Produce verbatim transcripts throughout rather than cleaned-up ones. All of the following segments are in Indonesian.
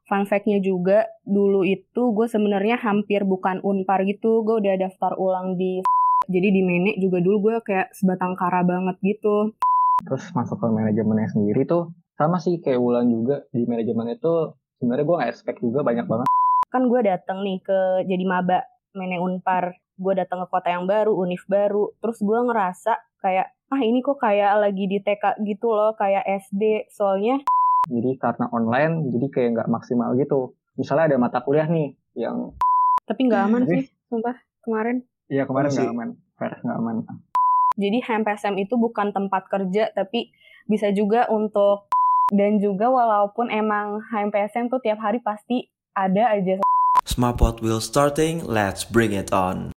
fun fact-nya juga, dulu itu gue sebenarnya hampir bukan Unpar gitu. Gue udah daftar ulang di jadi di Menek juga dulu gue kayak sebatang kara banget gitu. Terus masuk ke manajemennya sendiri tuh sama sih kayak Wulan juga. Di manajemen itu sebenarnya gue nggak expect juga banyak banget. Kan gue datang nih ke jadi maba Menek Unpar. Gue datang ke kota yang baru, univ baru. Terus gue ngerasa kayak, ah ini kok kayak lagi di T K gitu loh, kayak S D. Soalnya jadi karena online, jadi kayak nggak maksimal gitu. Misalnya ada mata kuliah nih yang... Tapi nggak aman sih, sumpah, kemarin. Iya kemarin nggak aman, Vers nggak aman. Jadi H M P S M itu bukan tempat kerja, tapi bisa juga untuk... Dan juga walaupun emang H M P S M tuh tiap hari pasti ada aja. Smartpod will starting, let's bring it on.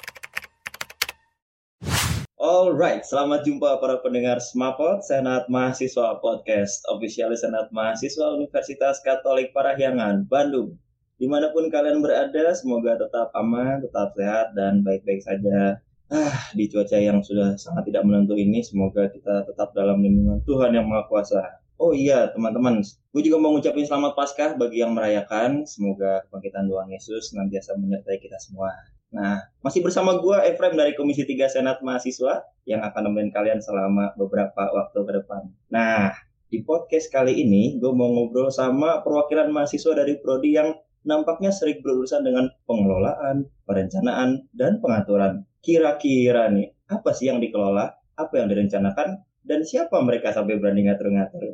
Alright, selamat jumpa para pendengar Smartpod, Senat Mahasiswa Podcast, official Senat Mahasiswa Universitas Katolik Parahyangan, Bandung. Dimanapun kalian berada, semoga tetap aman, tetap sehat, dan baik-baik saja. Ah, di cuaca yang sudah sangat tidak menentu ini, semoga kita tetap dalam lindungan Tuhan Yang Maha Kuasa. Oh iya, teman-teman, gue juga mau ngucapin selamat Paskah bagi yang merayakan. Semoga kebangkitan Tuhan Yesus senantiasa menyertai kita semua. Nah, masih bersama gue, Efrem dari Komisi tiga Senat Mahasiswa, yang akan nemenin kalian selama beberapa waktu ke depan. Nah, di podcast kali ini, gue mau ngobrol sama perwakilan mahasiswa dari Prodi yang nampaknya sering berurusan dengan pengelolaan, perencanaan, dan pengaturan. Kira-kira nih, apa sih yang dikelola, apa yang direncanakan, dan siapa mereka sampai berani ngatur-ngatur?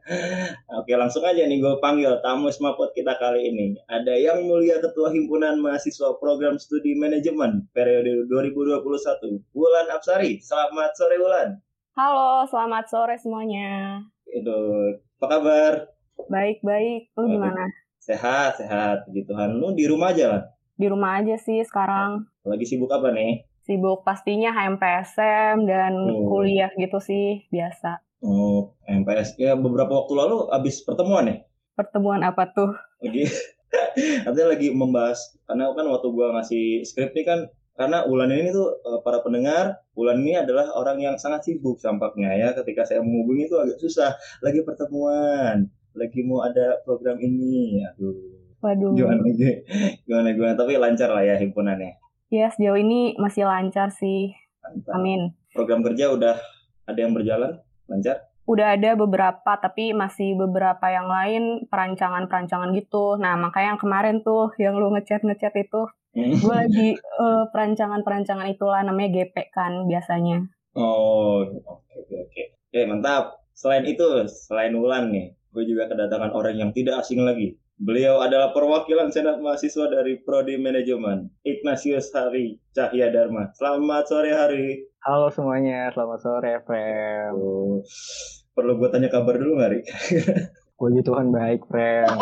Oke, langsung aja nih gue panggil tamu Smartpod kita kali ini. Ada Yang Mulia Ketua Himpunan Mahasiswa Program Studi Manajemen periode dua ribu dua puluh satu, Wulan Apsari. Selamat sore, Wulan. Halo, selamat sore semuanya. Itu, apa kabar? Baik-baik, lu gimana? Sehat, sehat. Puji Tuhan. Lu di rumah aja lah? Di rumah aja sih sekarang. Lagi sibuk apa nih? Sibuk pastinya H M P S M dan oh. kuliah gitu sih, biasa. Oh, H M P S. Ya, beberapa waktu lalu habis pertemuan ya? Pertemuan apa tuh? Lagi, artinya lagi membahas, karena kan waktu gue ngasih skrip nih kan, karena Wulan ini tuh, para pendengar, Wulan ini adalah orang yang sangat sibuk tampaknya ya, ketika saya menghubungi itu agak susah, lagi pertemuan, lagi mau ada program ini, aduh. Waduh. Gimana, gimana, gimana, tapi lancar lah ya himpunannya. Ya, sejauh ini masih lancar sih. Mantap. Amin. Program kerja udah ada yang berjalan? Lancar? Udah ada beberapa, tapi masih beberapa yang lain perancangan-perancangan gitu. Nah, makanya yang kemarin tuh, yang lu ngechat-ngechat itu, gue lagi uh, perancangan-perancangan itulah, namanya G P kan biasanya. Oh, oke, oke, oke. Oke, mantap. Selain itu, selain Wulan nih, gue juga kedatangan orang yang tidak asing lagi. Beliau adalah perwakilan Senat Mahasiswa dari Prodi Manajemen, Ignatius Hari Cahya Dharma. Selamat sore, Hari. Halo semuanya, selamat sore, Frem. Oh, perlu gue tanya kabar dulu nggak, Ri? Puji Tuhan baik, Frem.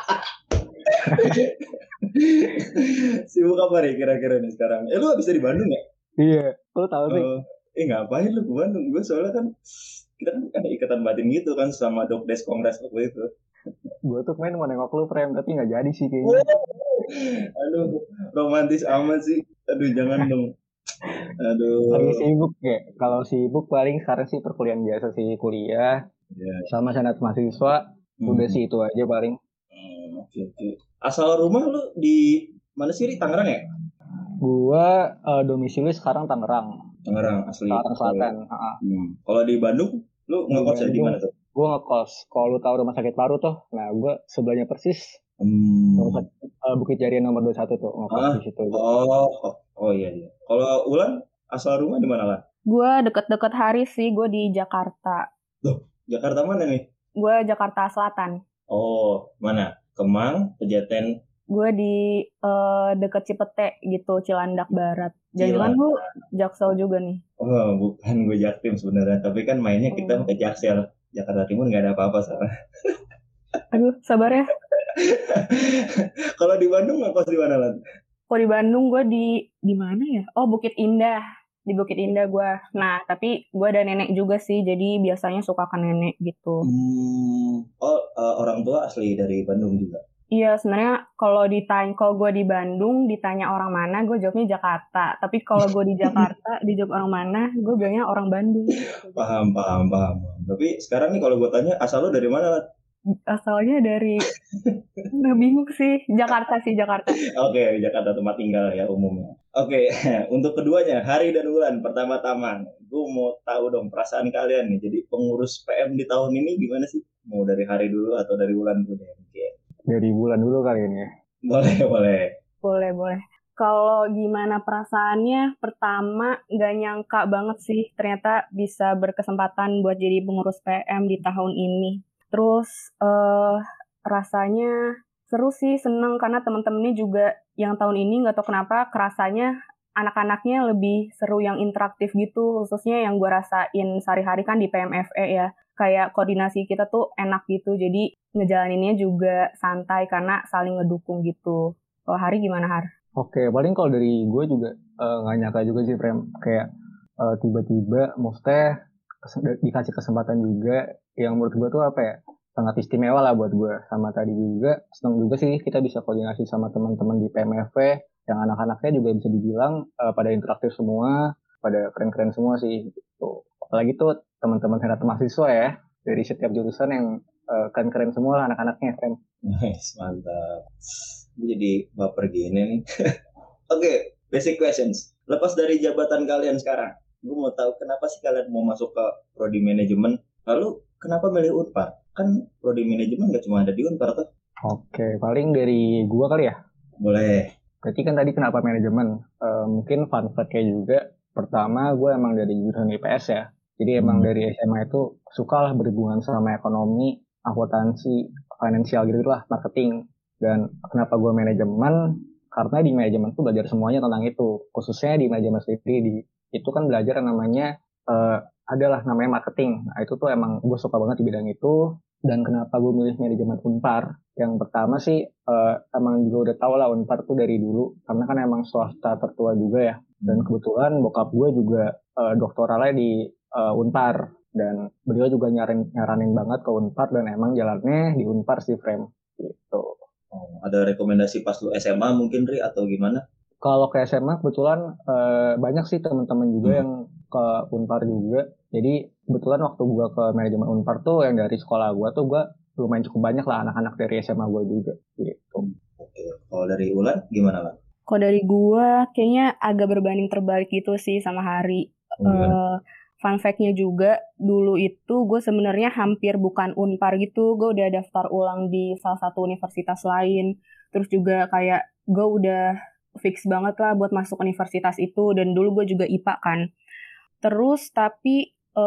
Sibuk apa, Ri, kira-kira nih sekarang? Eh, lu habis dari Bandung ya? Iya, lu tahu sih. Uh, eh, ngapain lu ke Bandung? Gue soalnya kan, kita kan ada ikatan batin gitu kan, sama Dokdes Kongres waktu itu. Gue tuh main mau nengok lu, Frem, tapi nggak jadi sih kayaknya. Aduh, romantis amat sih. Aduh, jangan dong. Aduh. Lagi sibuk ya. Kalau sibuk paling sekarang sih perkuliahan biasa sih, kuliah. Yeah. Sama Senat Mahasiswa. Hmm. Udah sih itu aja paling. Hmm, oke, oke. Asal rumah lu di mana sih, Ri? Tangerang ya? Gua uh, domisili sekarang Tangerang. Tangerang asli. Tangerang Selatan. Hmm. Kalau di Bandung, lu ngekos ya di mana tuh? Gue ngekos. Kalau lu tahu rumah sakit Paru tuh, nah gue sebelahnya persis. Hmm. Rumah sakit uh, Bukit Jarian nomor dua puluh satu tuh ngekos ah, di situ. Oh, oh, oh iya iya. Kalau Wulan asal rumah di mana lah? Gue deket-deket Hari sih, gue di Jakarta. Loh, Jakarta mana nih? Gue Jakarta Selatan. Oh, mana? Kemang, Pejaten. Gue di uh, deket Cipete gitu, Cilandak Barat. Jangan lu Jaksel juga nih. Oh, bukan, gue Jaktim sebenarnya, tapi kan mainnya kita hmm. ke Jaksel. Jakarta Timur nggak ada apa-apa soalnya. Aduh, sabar ya. Kalau di Bandung ngekos di mana, Lan? Kalau di Bandung gue di di mana ya? Oh, Bukit Indah. Di Bukit Indah gue. Nah, tapi gue ada nenek juga sih, jadi biasanya suka ke nenek gitu. Hmm. Oh, uh, orang tua asli dari Bandung juga? Iya, sebenarnya kalau ditanya, kalau gue di Bandung ditanya orang mana, gue jawabnya Jakarta. Tapi kalau gue di Jakarta dijawab orang mana, gue bilangnya orang Bandung. Paham, paham, paham. Tapi sekarang nih kalau gue tanya, asal lo dari mana, Lan? asalnya dari nggak bingung sih, Jakarta sih Jakarta. Oke, okay, Jakarta tempat tinggal ya umumnya. Oke, okay. Untuk keduanya Hari dan Wulan, pertama-tama gue mau tahu dong perasaan kalian nih. Jadi pengurus P M di tahun ini gimana sih? Mau dari Hari dulu atau dari Wulan dulu deh mungkin? Dari Wulan dulu kali ini ya. Boleh, boleh. Boleh, boleh. Kalau gimana perasaannya, pertama gak nyangka banget sih ternyata bisa berkesempatan buat jadi pengurus P M di tahun ini. Terus uh, rasanya seru sih, seneng karena temen-temennya juga yang tahun ini gak tahu kenapa kerasanya anak-anaknya lebih seru yang interaktif gitu, khususnya yang gue rasain sehari-hari kan di P M F E ya. Kayak koordinasi kita tuh enak gitu, jadi ngejalaninnya juga santai karena saling ngedukung gitu. Kalau Hari gimana, Har? Oke, paling kalau dari gue juga uh, gak nyangka juga sih, Prem. Kayak uh, tiba-tiba, maksudnya kes- dikasih kesempatan juga, yang menurut gue tuh apa ya, sangat istimewa lah buat gue. Sama tadi juga, senang juga sih kita bisa koordinasi sama teman-teman di P M F E, yang anak-anaknya juga bisa dibilang uh, pada interaktif semua, pada keren-keren semua sih. Gitu. Apalagi tuh teman-teman senat mahasiswa ya, dari setiap jurusan yang uh, keren-keren semua lah anak-anaknya, Prem. Nice, mantap. Jadi baper gini nih. Oke, okay, basic questions. Lepas dari jabatan kalian sekarang, gue mau tahu kenapa sih kalian mau masuk ke prodi manajemen? Lalu kenapa milih Unpar? Kan prodi manajemen gak cuma ada di Unpar tuh. Oke, okay, paling dari gue kali ya. Boleh. Berarti kan tadi kenapa manajemen? Uh, mungkin fun fact-nya juga. Pertama, gue emang dari jurusan I P S ya. Jadi emang hmm. dari S M A itu suka lah berhubungan sama ekonomi, akuntansi, finansial gitu lah, marketing. Dan kenapa gue manajemen? Karena di manajemen tuh belajar semuanya tentang itu. Khususnya di manajemen sendiri, di, itu kan belajar yang namanya, uh, adalah namanya marketing. Nah itu tuh emang gue suka banget di bidang itu. Dan kenapa gue milih manajemen Unpar? Yang pertama sih, uh, emang gue udah tau lah Unpar tuh dari dulu. Karena kan emang swasta tertua juga ya. Dan kebetulan bokap gue juga uh, doktoralnya di uh, Unpar. Dan beliau juga nyarin, nyaranin banget ke Unpar. Dan emang jalannya di Unpar sih, Frame. Gitu. Oh, ada rekomendasi pas lu S M A mungkin, Ri, atau gimana? Kalau ke S M A kebetulan uh, banyak sih teman-teman juga hmm. yang ke Unpar juga. Jadi kebetulan waktu gue ke manajemen Unpar tuh yang dari sekolah gue tuh gue lumayan cukup banyak lah anak-anak dari S M A gue juga. Gitu. Oke, kalau dari Ulan gimana lah? Kalau dari gue kayaknya agak berbanding terbalik gitu sih sama Hari. Oh, uh, fun fact-nya juga dulu itu gue sebenarnya hampir bukan Unpar gitu. Gue udah daftar ulang di salah satu universitas lain. Terus juga kayak gue udah fix banget lah buat masuk universitas itu. Dan dulu gue juga I P A kan. Terus tapi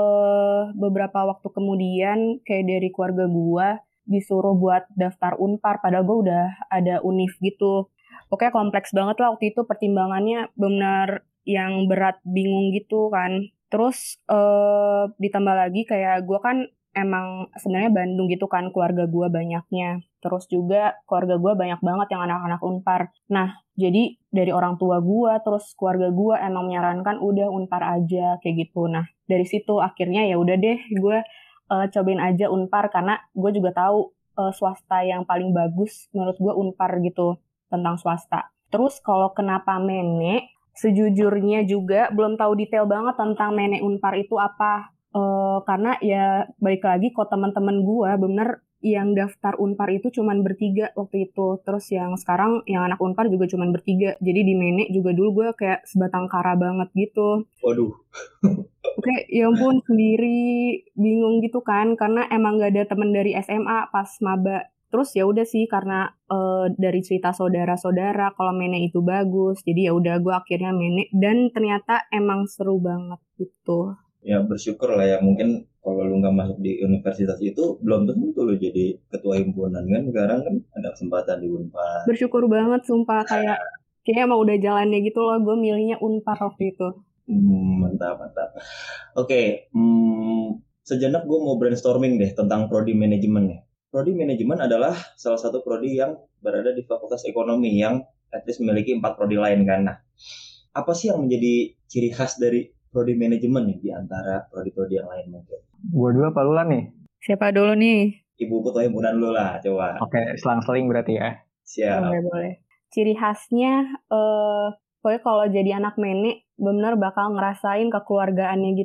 uh, beberapa waktu kemudian kayak dari keluarga gue disuruh buat daftar Unpar. Padahal gue udah ada univ gitu. Pokoknya kompleks banget lah waktu itu pertimbangannya benar yang berat bingung gitu kan. Terus uh, ditambah lagi kayak gue kan emang sebenarnya Bandung gitu kan keluarga gue banyaknya. Terus juga keluarga gue banyak banget yang anak-anak Unpar. Nah jadi dari orang tua gue terus keluarga gue emang menyarankan udah Unpar aja kayak gitu. Nah dari situ akhirnya ya udah deh gue uh, cobain aja Unpar karena gue juga tahu uh, swasta yang paling bagus menurut gue Unpar gitu tentang swasta. Terus kalau kenapa Mene? Sejujurnya juga belum tahu detail banget tentang Mene Unpar itu apa. Uh, karena ya balik lagi kok teman-teman gue bener yang daftar Unpar itu cuman bertiga waktu itu. Terus yang sekarang yang anak Unpar juga cuman bertiga. Jadi di Mene juga dulu gue kayak sebatang kara banget gitu. Waduh. Oke, ya ampun sendiri bingung gitu kan. Karena emang gak ada temen dari S M A pas maba. Terus ya udah sih karena uh, dari cerita saudara-saudara kalau Mene itu bagus, jadi ya udah gue akhirnya Mene dan ternyata emang seru banget gitu. Ya bersyukur lah ya, mungkin kalau lu nggak masuk di universitas itu belum tentu lu jadi ketua himpunan kan. Sekarang kan ada kesempatan di Unpar. Bersyukur banget sumpah kayak kayak emang udah jalannya gitu loh, gue milihnya Unpar waktu itu. Hmm, mantap mantap. Oke, okay, hmm, sejenak gue mau brainstorming deh tentang prodi manajemen nih. Prodi manajemen adalah salah satu prodi yang berada di Fakultas Ekonomi yang at least memiliki empat prodi lain kan. Nah, apa sih yang menjadi ciri khas dari prodi manajemen nih di antara prodi-prodi yang lain mungkin? Gua dulu apa Lulan nih? Siapa dulu nih? Ibu ketua himpunan dulu lah, coba. Oke, selang-seling berarti ya. Siap. Boleh, boleh. Ciri khasnya, uh, pokoknya kalau jadi anak Mene, bener bakal ngerasain kekeluargaannya gitu.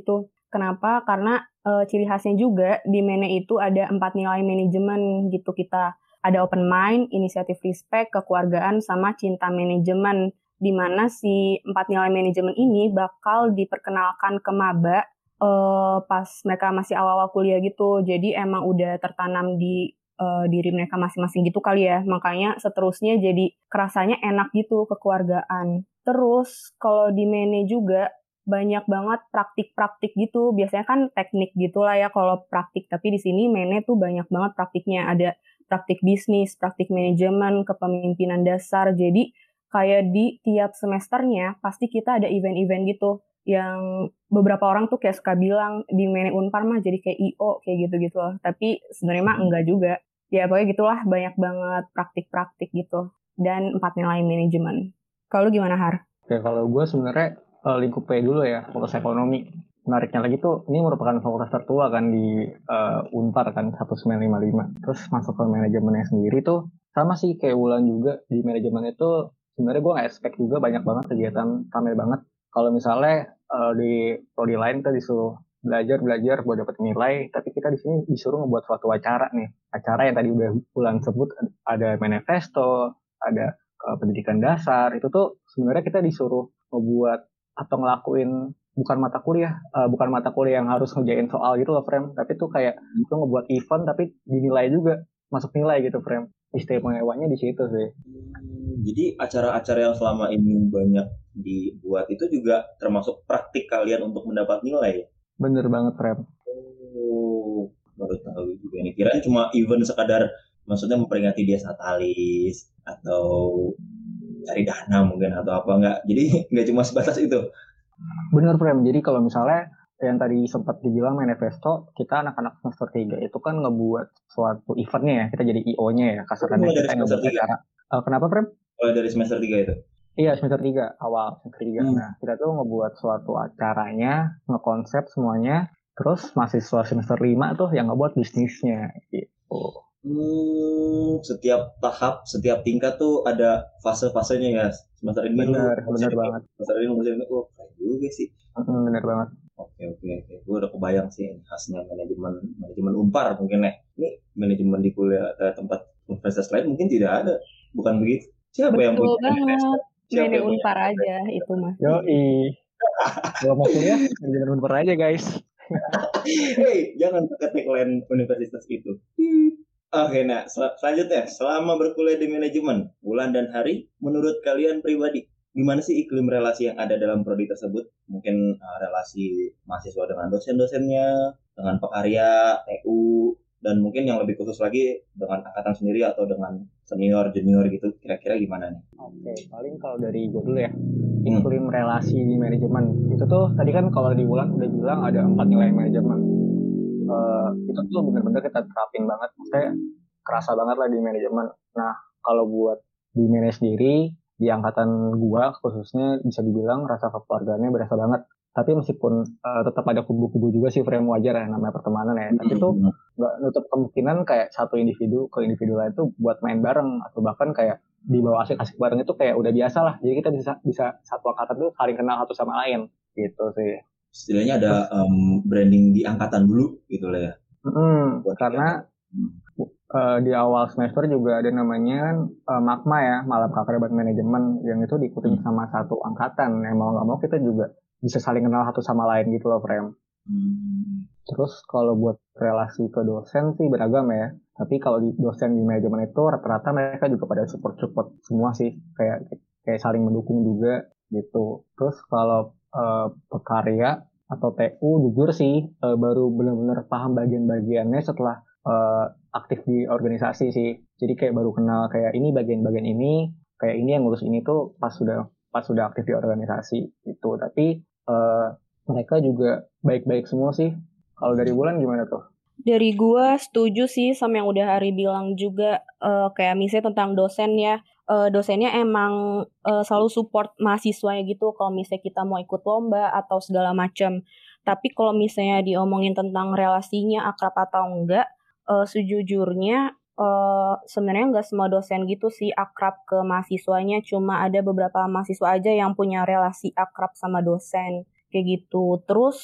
Kenapa? Karena uh, ciri khasnya juga di Mene itu ada empat nilai manajemen gitu kita. Ada open mind, inisiatif respect, kekeluargaan, sama cinta manajemen. Di mana si empat nilai manajemen ini bakal diperkenalkan ke maba uh, pas mereka masih awal-awal kuliah gitu. Jadi emang udah tertanam di uh, diri mereka masing-masing gitu kali ya. Makanya seterusnya jadi kerasanya enak gitu kekeluargaan. Terus kalau di Mene juga banyak banget praktik-praktik gitu. Biasanya kan teknik gitulah ya kalau praktik, tapi di sini Mene tuh banyak banget praktiknya. Ada praktik bisnis, praktik manajemen, kepemimpinan dasar. Jadi kayak di tiap semesternya pasti kita ada event-event gitu. Yang beberapa orang tuh kayak suka bilang di Mene Unpar mah jadi kayak I O kayak gitu-gitu loh. Tapi sebenarnya mah enggak juga. Ya pokoknya gitulah, banyak banget praktik-praktik gitu. Dan empat nilai manajemen. Kalau lu gimana, Har? Oke, kalau gue sebenarnya uh, lingkup P dulu ya, fakultas ekonomi. Menariknya lagi tuh, ini merupakan fakultas tertua kan di uh, Unpar kan, seribu sembilan ratus lima puluh lima. Terus masuk ke manajemennya sendiri tuh, sama sih kayak Wulan juga, di manajemen itu sebenarnya gue nggak expect juga banyak banget kegiatan, ramai banget. Kalau misalnya uh, di prodi lain kita disuruh belajar-belajar buat dapat nilai, tapi kita di sini disuruh ngebuat suatu acara nih. Acara yang tadi udah Wulan sebut, ada manifesto, ada uh, pendidikan dasar, itu tuh sebenarnya kita disuruh ngebuat atau ngelakuin bukan mata kuliah, uh, bukan mata kuliah yang harus ngerjain soal gitu loh, Frame. Tapi tuh kayak itu ngebuat event tapi dinilai juga, masuk nilai gitu, Frame. Istimewanya di situ sih. Hmm, jadi acara-acara yang selama ini banyak dibuat itu juga termasuk praktik kalian untuk mendapat nilai? Bener banget, Frame. Oh, baru tahu juga nih. Kirain cuma event sekadar, maksudnya memperingati dia Natalis atau cari dana mungkin atau apa, enggak. Jadi nggak cuma sebatas itu. Bener, Frame. Jadi kalau misalnya yang tadi sempat dibilang manifesto, kita anak-anak semester tiga itu kan ngebuat suatu eventnya ya, kita jadi I O-nya ya, kasarnya kita yang ngebuat acara. Uh, kenapa, Frame? Oh, dari semester tiga itu? Iya, semester tiga, awal semester tiga. Hmm. Nah, kita tuh ngebuat suatu acaranya, ngekonsep semuanya, terus mahasiswa semester lima tuh yang ngebuat bisnisnya gitu. Hmm, setiap tahap, setiap tingkat tuh ada fase-fasenya ya. Semester ini bener, lu bener banget. Semester ini musik ini, oh keren juga sih. Hmm, bener banget. Oke oke oke, gue udah kebayang sih khasnya manajemen manajemen Unpar mungkin ya. Ini manajemen di kuliah eh, tempat universitas lain mungkin tidak ada, bukan begitu? Siapa Betul yang punya banget. Mene Unpar aja itu mah. Yoi. Kalau mau kuliah manajemen Unpar aja guys. Hei, jangan pakai tagline universitas itu. Oke, nah sel- selanjutnya, selama berkuliah di manajemen, Wulan dan Hari, menurut kalian pribadi, gimana sih iklim relasi yang ada dalam prodi tersebut? Mungkin uh, relasi mahasiswa dengan dosen-dosennya, dengan pekarya, T U, dan mungkin yang lebih khusus lagi dengan angkatan sendiri atau dengan senior, junior gitu, kira-kira gimana nih? Oke, paling kalau dari gue dulu ya, iklim hmm. relasi di manajemen. Itu tuh tadi kan kalau di Wulan udah bilang ada empat nilai manajemen. Uh, itu tuh bener-bener kita terapin banget, maksudnya kerasa banget lah di manajemen. Nah, kalau buat di Mene sendiri, di angkatan gua khususnya bisa dibilang rasa kekeluargaannya berasa banget. Tapi meskipun uh, tetap ada kubu-kubu juga sih, Frame, wajar ya, namanya pertemanan ya. Tapi tuh nggak nutup kemungkinan kayak satu individu ke individu lain tuh buat main bareng, atau bahkan kayak dibawa asik-asik bareng itu kayak udah biasa lah. Jadi kita bisa bisa satu angkatan tuh saling kenal satu sama lain, gitu sih. Istilahnya ada um, branding di angkatan dulu gitu lah ya. Hmm, karena hmm. uh, di awal semester juga ada namanya uh, MAKMA ya, Malam Keakraban Manajemen, yang itu diikutin hmm. sama satu angkatan. Yang mau nggak mau kita juga bisa saling kenal satu sama lain gitu loh, Frame. Hmm. Terus kalau buat relasi ke dosen sih beragam ya. Tapi kalau di dosen di manajemen itu rata-rata mereka juga pada support-support semua sih, kayak kayak saling mendukung juga gitu. Terus kalau Uh, pekarya atau T U jujur sih uh, baru benar-benar paham bagian-bagiannya setelah uh, aktif di organisasi sih. Jadi kayak baru kenal kayak ini bagian-bagian ini, kayak ini yang ngurus ini tuh pas sudah pas sudah aktif di organisasi gitu. Tapi uh, mereka juga baik-baik semua sih. Kalau dari Wulan gimana tuh? Dari gua setuju sih sama yang udah Hari bilang juga, uh, kayak misalnya tentang dosen ya. Uh, dosennya emang uh, selalu support mahasiswanya gitu kalau misalnya kita mau ikut lomba atau segala macam. Tapi kalau misalnya diomongin tentang relasinya akrab atau enggak, uh, sejujurnya uh, sebenarnya enggak semua dosen gitu sih akrab ke mahasiswanya. Cuma ada beberapa mahasiswa aja yang punya relasi akrab sama dosen kayak gitu. Terus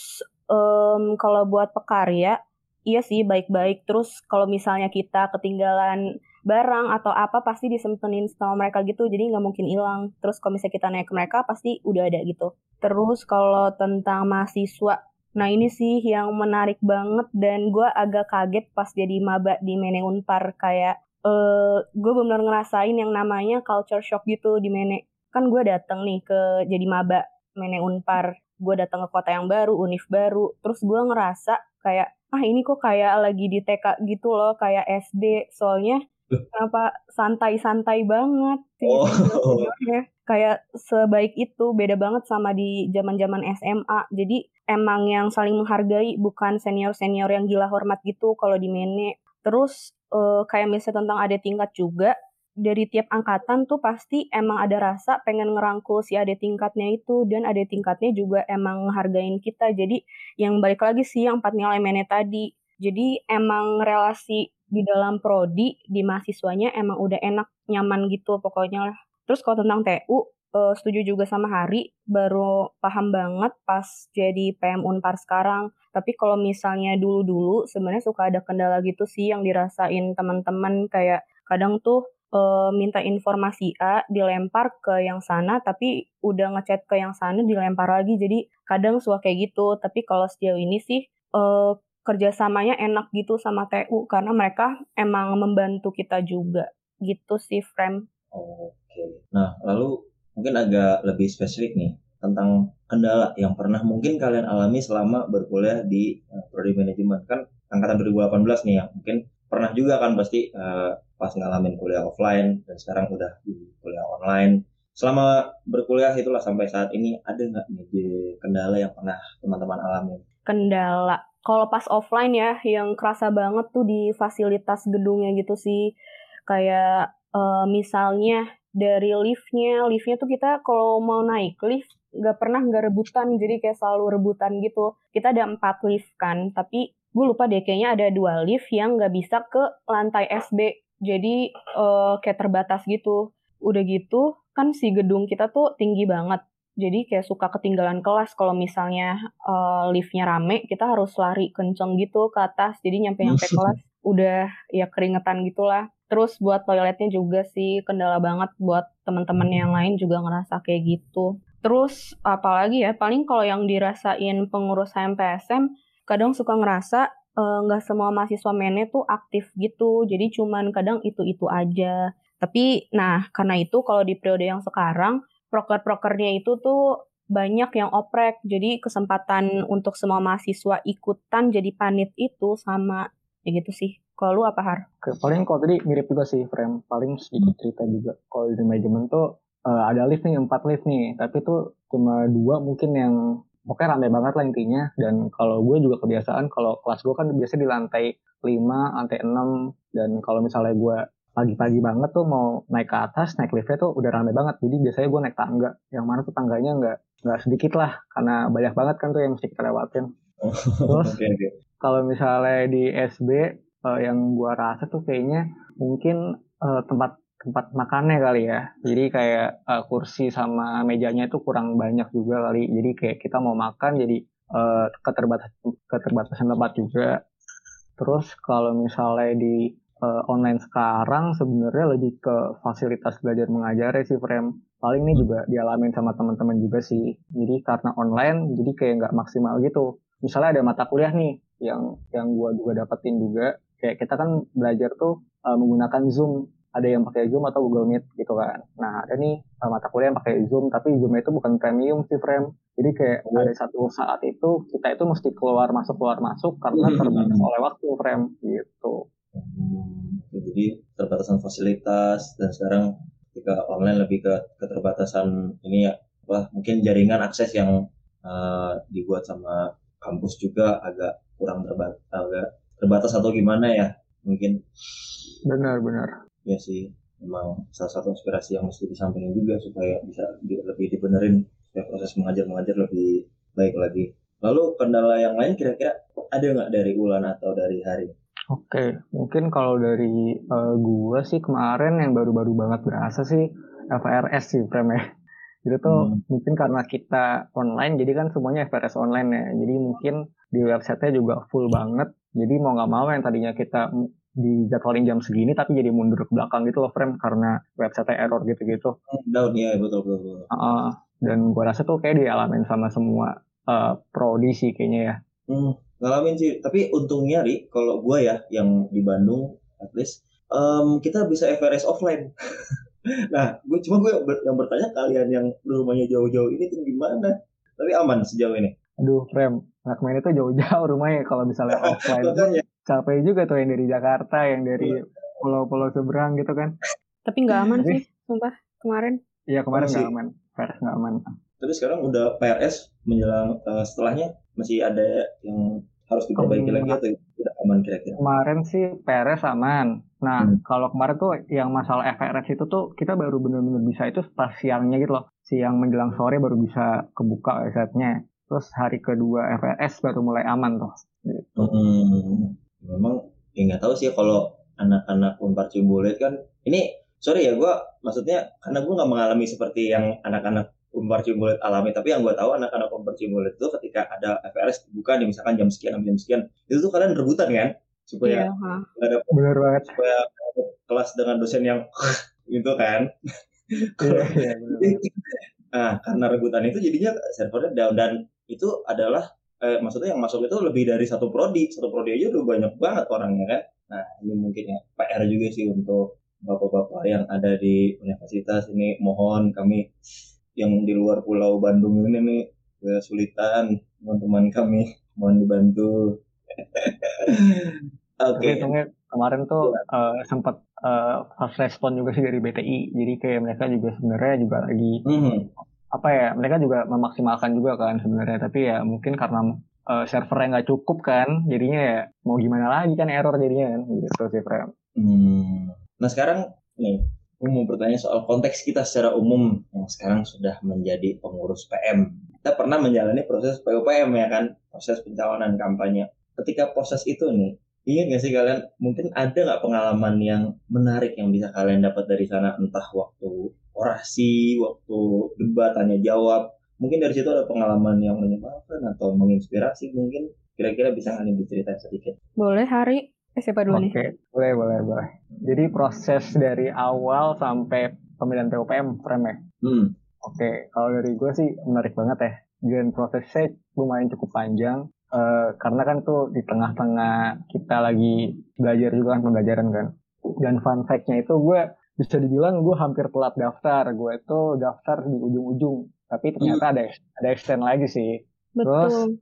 Um, kalau buat pekarya, iya sih baik-baik. Terus kalau misalnya kita ketinggalan barang atau apa pasti disempenin sama mereka gitu, jadi nggak mungkin hilang. Terus kalau misalnya kita naik ke mereka pasti udah ada gitu. Terus kalau tentang mahasiswa, nah ini sih yang menarik banget dan gue agak kaget pas jadi maba di Mene Unpar. Kayak uh, gue benar ngerasain yang namanya culture shock gitu di Mene. Kan gue datang nih ke jadi maba Mene Unpar. Gue datang ke kota yang baru, univ baru, terus gue ngerasa kayak, ah ini kok kayak lagi di T K gitu loh, kayak S D, soalnya kenapa santai-santai banget sih Oh, senior-seniornya, kayak sebaik itu, beda banget sama di zaman-zaman S M A, jadi emang yang saling menghargai, bukan senior-senior yang gila hormat gitu kalau di Mene. Terus uh, kayak misalnya tentang adik tingkat juga, dari tiap angkatan tuh pasti emang ada rasa pengen ngerangkul si adik tingkatnya itu, dan adik tingkatnya juga emang ngehargain kita. Jadi yang balik lagi sih yang empat nilai Mene tadi. Jadi emang relasi di dalam prodi di mahasiswanya emang udah enak, nyaman gitu pokoknya lah. Terus kalau tentang T U, uh, setuju juga sama Hari, baru paham banget pas jadi P M Unpar sekarang. Tapi kalau misalnya dulu-dulu sebenarnya suka ada kendala gitu sih yang dirasain teman-teman, kayak kadang tuh uh, minta informasi A dilempar ke yang sana, tapi udah ngechat ke yang sana dilempar lagi, jadi kadang suka kayak gitu. Tapi kalau sejauh ini sih uh, kerjasamanya enak gitu sama T U, karena mereka emang membantu kita juga gitu sih, Frame. oke. Nah, lalu mungkin agak lebih spesifik nih tentang kendala yang pernah mungkin kalian alami selama berkuliah di uh, prodi manajemen. Kan angkatan dua ribu delapan belas nih ya, mungkin pernah juga kan pasti uh, pas ngalamin kuliah offline dan sekarang udah di kuliah online. Selama berkuliah itulah sampai saat ini, ada nggak nih di kendala yang pernah teman-teman alami? Kendala kalau pas offline ya, yang kerasa banget tuh di fasilitas gedungnya gitu sih. Kayak uh, misalnya dari liftnya, liftnya tuh kita kalau mau naik lift nggak pernah nggak rebutan, jadi kayak selalu rebutan gitu. Kita ada empat lift kan, tapi gue lupa deh kayaknya ada dua lift yang nggak bisa ke lantai S B, jadi uh, kayak terbatas gitu. Udah gitu kan si gedung kita tuh tinggi banget, jadi kayak suka ketinggalan kelas kalau misalnya uh, liftnya rame, kita harus lari kenceng gitu ke atas, jadi nyampe-nyampe kelas udah ya keringetan gitulah. Terus buat toiletnya juga sih kendala banget, buat teman-teman yang lain juga ngerasa kayak gitu. Terus apalagi ya, paling kalau yang dirasain pengurus H M P S M, kadang suka ngerasa nggak uh, semua mahasiswa Mene tuh aktif gitu, jadi cuman kadang itu-itu aja. Tapi nah karena itu kalau di periode yang sekarang, proker-prokernya itu tuh banyak yang oprek, jadi kesempatan untuk semua mahasiswa ikutan jadi panit itu sama, ya gitu sih. Kalau lu apa, Har? Oke, paling kalau tadi mirip juga sih, Frame. Paling sedikit cerita juga. Kalau di manajemen tuh uh, ada lift nih, empat lift nih. Tapi tuh cuma dua mungkin yang pokoknya rame banget lah intinya. Dan kalau gue juga kebiasaan, kalau kelas gue kan biasanya di lantai lima, lantai enam. Dan kalau misalnya gue pagi-pagi banget tuh mau naik ke atas, naik liftnya tuh udah rame banget. Jadi biasanya gue naik tangga. Yang mana tuh tangganya nggak nggak sedikit lah. Karena banyak banget kan tuh yang mesti kita lewatin. Terus okay, okay. Kalau misalnya di S B, uh, yang gue rasa tuh kayaknya mungkin uh, tempat tempat makannya kali ya. Jadi kayak uh, kursi sama mejanya itu kurang banyak juga kali. Jadi kayak kita mau makan jadi uh, keterbatas keterbatasan tempat juga. Terus kalau misalnya di uh, online sekarang sebenarnya lebih ke fasilitas belajar mengajar sih, Frame. Paling ini juga dialamin sama teman-teman juga sih. Jadi karena online jadi kayak nggak maksimal gitu. Misalnya ada mata kuliah nih yang yang gue juga dapetin juga, kayak kita kan belajar tuh uh, menggunakan Zoom, ada yang pakai Zoom atau Google Meet gitu kan. Nah ada nih uh, mata kuliah yang pakai Zoom, tapi Zoom itu bukan premium sih, Frame. Jadi kayak oh. ada satu saat itu kita itu mesti keluar masuk keluar masuk karena terbatas oleh waktu, Frame, gitu. Hmm, jadi terbatasan fasilitas, dan sekarang ketika online lebih ke keterbatasan ini ya, wah mungkin jaringan akses yang uh, dibuat sama kampus juga agak kurang terbatas, agak terbatas atau gimana ya mungkin. Benar-benar. Ya sih, memang salah satu inspirasi yang mesti disampaikan juga supaya bisa lebih dibenerin, supaya proses mengajar-mengajar lebih baik lagi. Lalu kendala yang lain kira-kira ada nggak dari Ulan atau dari Hari? Oke, mungkin kalau dari uh, gue sih kemarin yang baru-baru banget berasa sih F R S sih, Frame ya. Jadi tuh Hmm. mungkin karena kita online, jadi kan semuanya F R S online ya. Jadi mungkin di website-nya juga full banget. Jadi mau nggak mau yang tadinya kita m- dijadwalin jam segini, tapi jadi mundur ke belakang gitu loh, Frame, karena website-nya error gitu-gitu. Down ya, betul betul. betul. Uh, dan gua rasa tuh kayak dialamin sama semua uh, prodi sih kayaknya ya. Hmm, ngalamin sih. Tapi untungnya Ri, kalau gue ya yang di Bandung, at least em, kita bisa F R S offline. Nah, gue cuma gue ber- yang bertanya kalian yang rumahnya jauh-jauh ini tuh gimana? Tapi aman sejauh ini. Aduh, Frame, anak main itu jauh-jauh rumahnya. Kalau misalnya offline pun Makanya. capek juga tuh yang dari Jakarta, yang dari pulau-pulau seberang gitu kan. Tapi nggak aman Tapi sih, sumpah kemarin. iya kemarin nggak Masih. aman, Fresh nggak aman. Tapi sekarang udah P R S menjelang eh, setelahnya masih ada yang harus diperbaiki lagi atau udah aman kira-kira? Kemarin sih P R S aman. Nah, Hmm. kalau kemarin tuh yang masalah F R S itu tuh kita baru bener-bener bisa itu pas siangnya gitu loh. Siang menjelang sore baru bisa kebuka websitenya. Terus hari kedua F R S baru mulai aman tuh. Gitu. Hmm. Memang ya nggak tahu sih kalau anak-anak Unpar Ciumbulit kan ini sorry ya gue maksudnya karena gue nggak mengalami seperti yang anak-anak Unpar Ciumbulit alami, tapi yang gue tahu anak-anak Unpar Ciumbulit itu ketika ada F R S buka nih misalkan jam sekian sampai jam sekian itu tuh kalian rebutan kan supaya Iya, ha. nggak ada Bener banget. supaya ada kelas dengan dosen yang gitu kan. Iya, iya, bener banget. Nah, karena rebutan itu jadinya servernya down dan itu adalah eh, maksudnya yang masuk itu lebih dari satu prodi, satu prodi aja udah banyak banget orangnya kan. Nah, ini mungkin ya P R juga sih untuk bapak-bapak yang ada di universitas ini. Mohon kami yang di luar Pulau Bandung ini nih kesulitan teman-teman kami, mohon dibantu. Oke. Tapi untungnya kemarin tuh uh, sempat uh, fast respon juga sih dari B T I. Jadi kayak mereka juga sebenarnya juga lagi Mhm. apa ya, mereka juga memaksimalkan juga kan sebenarnya, tapi ya mungkin karena uh, servernya nggak cukup kan, jadinya ya mau gimana lagi kan error jadinya kan gitu sih, Frem. Hmm. Nah sekarang nih, aku mau bertanya soal konteks kita secara umum yang sekarang sudah menjadi pengurus P M. Kita pernah menjalani proses P U P M ya kan, proses pencalonan kampanye. Ketika proses itu nih, ingat nggak sih kalian, mungkin ada nggak pengalaman yang menarik yang bisa kalian dapat dari sana, entah waktu orasi, waktu debat, tanya jawab. Mungkin dari situ ada pengalaman yang menyebalkan atau menginspirasi mungkin. Kira-kira bisa nggak nih diceritain sedikit? Boleh Hari? Eh, siapa dulu nih? Oke, boleh, boleh, boleh. Jadi proses dari awal sampai pemilihan P U P M, Frem ya. Hmm. Oke, kalau dari gue sih menarik banget ya. Dan prosesnya lumayan cukup panjang. Uh, karena kan tuh di tengah-tengah kita lagi belajar juga kan, pembelajaran kan. Dan fun fact-nya itu gue bisa dibilang gue hampir telat daftar. Gue itu daftar di ujung-ujung. Tapi ternyata ada ada extend lagi sih. Terus, Betul.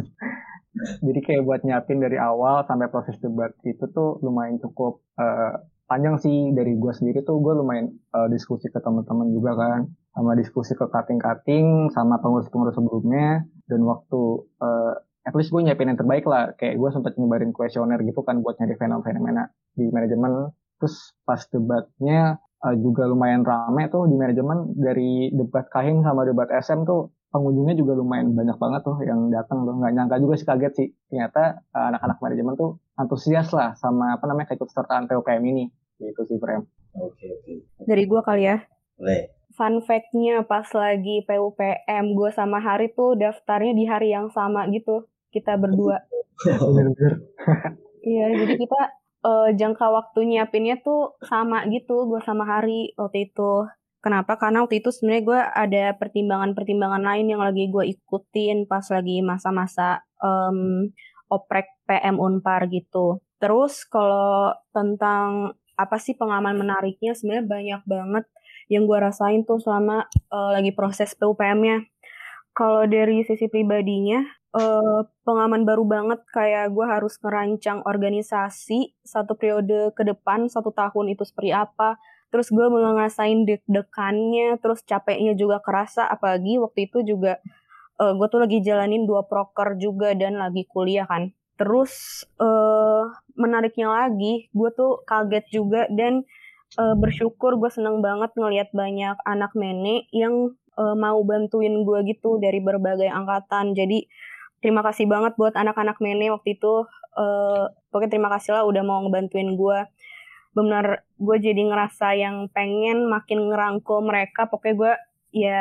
jadi kayak buat nyiapin dari awal sampai proses debat itu tuh lumayan cukup uh, panjang sih. Dari gue sendiri tuh gue lumayan uh, diskusi ke teman-teman juga kan. Sama diskusi ke cutting-cutting sama pengurus-pengurus sebelumnya. Dan waktu uh, at least gue nyiapin yang terbaik lah. Kayak gue sempat nyebarin kuesioner gitu kan buat nyari fenomena di manajemen. Terus pas debatnya uh, juga lumayan rame tuh di manajemen. Dari debat Kahing sama debat S M tuh pengunjungnya juga lumayan banyak banget tuh yang datang tuh. Nggak nyangka juga sih, kaget sih. Ternyata uh, anak-anak manajemen tuh antusias lah sama apa namanya keikutsertaan P U P M ini. Gitu sih, Frem. Oke, oke. Dari gue kali ya. Boleh. Fun fact-nya pas lagi P U P M, gue sama Hari tuh daftarnya di hari yang sama gitu. Kita berdua. Bener-bener. Iya, jadi kita uh, jangka waktu nyiapinnya tuh sama gitu. Gue sama Hari waktu itu. Kenapa? Karena waktu itu sebenarnya gue ada pertimbangan-pertimbangan lain yang lagi gue ikutin pas lagi masa-masa um, oprek P M Unpar gitu. Terus kalau tentang apa sih pengalaman menariknya, sebenarnya banyak banget yang gue rasain tuh selama uh, lagi proses P U P M-nya. Kalau dari sisi pribadinya, uh, pengalaman baru banget kayak gue harus ngerancang organisasi satu periode ke depan, satu tahun itu seperti apa. Terus gue mulai ngerasain deg-degannya, terus capeknya juga kerasa, apalagi waktu itu juga uh, gue tuh lagi jalanin dua proker juga dan lagi kuliah kan. Terus uh, menariknya lagi, gue tuh kaget juga dan uh, bersyukur, gue seneng banget ngelihat banyak anak mene yang uh, mau bantuin gue gitu dari berbagai angkatan. Jadi terima kasih banget buat anak-anak mene waktu itu. Uh, pokoknya terima kasih lah udah mau ngebantuin gue. Benar gue jadi ngerasa yang pengen makin ngerangkul mereka. Pokoknya gue ya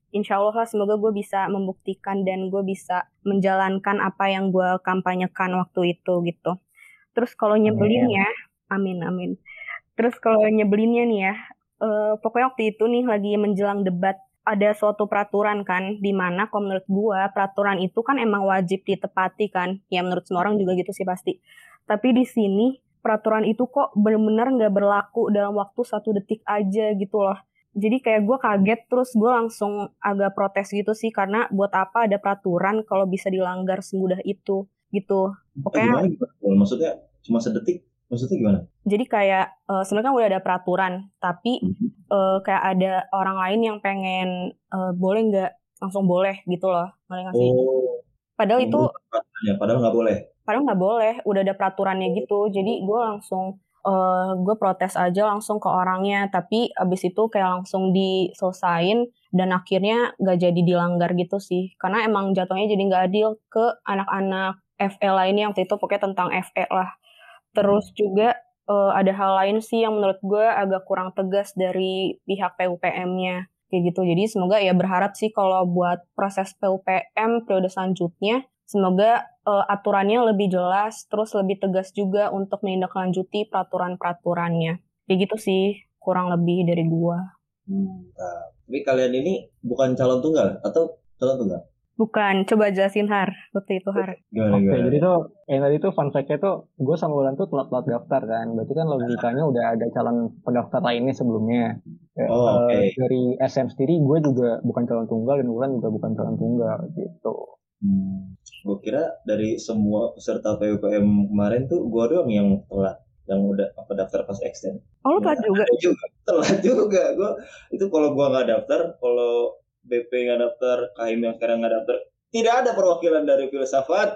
insya Allah lah semoga gue bisa membuktikan dan gue bisa menjalankan apa yang gue kampanyekan waktu itu gitu. Terus kalau nyebelinnya, amin amin. Terus kalau nyebelinnya nih ya, uh, pokoknya waktu itu nih lagi menjelang debat ada suatu peraturan kan, di mana kalau menurut gue peraturan itu kan emang wajib ditepati kan, ya menurut semua orang juga gitu sih pasti. Tapi di sini peraturan itu kok benar-benar nggak berlaku dalam waktu satu detik aja gitu loh. Jadi kayak gue kaget, terus gue langsung agak protes gitu sih, karena buat apa ada peraturan kalau bisa dilanggar semudah itu gitu. Pokoknya eh, gimana? Maksudnya cuma sedetik? Maksudnya gimana? Jadi kayak uh, sebenarnya kan udah ada peraturan, tapi mm-hmm. uh, kayak ada orang lain yang pengen uh, boleh nggak langsung boleh gitu loh, mereka sih. Oh. Padahal itu, ya, padahal nggak boleh. Padahal nggak boleh, udah ada peraturannya gitu. Jadi gue langsung uh, gue protes aja langsung ke orangnya, tapi abis itu kayak langsung diselesain dan akhirnya nggak jadi dilanggar gitu sih, karena emang jatuhnya jadi nggak adil ke anak-anak F E lainnya waktu itu, pokoknya tentang F E lah. Terus juga uh, ada hal lain sih yang menurut gue agak kurang tegas dari pihak P U P M-nya kayak gitu. Jadi semoga ya berharap sih kalau buat proses P U P M periode selanjutnya, semoga uh, aturannya lebih jelas, terus lebih tegas juga untuk menindaklanjuti peraturan-peraturannya. Kayak gitu sih kurang lebih dari gue. Hmm, nah, tapi kalian ini bukan calon tunggal atau calon tunggal? Bukan, coba jelasin Har, waktu itu Har. Oke, okay, jadi tuh yang tadi tuh fun fact-nya tuh gue sama Wulan tuh telat-telat daftar kan, berarti kan logikanya udah ada calon pendaftar lainnya sebelumnya. Oh, oke. Okay. Uh, dari S M sendiri gue juga bukan calon tunggal dan Wulan juga bukan calon tunggal gitu. Hmm. Gue kira dari semua peserta P U P M kemarin tuh gue doang yang telat, yang udah apa daftar pas extend. Oh, lu telat juga? juga? Telat juga. Gue itu kalau gue nggak daftar, kalau B P nggak daftar, Kahim yang sekarang nggak daftar, tidak ada perwakilan dari filsafat.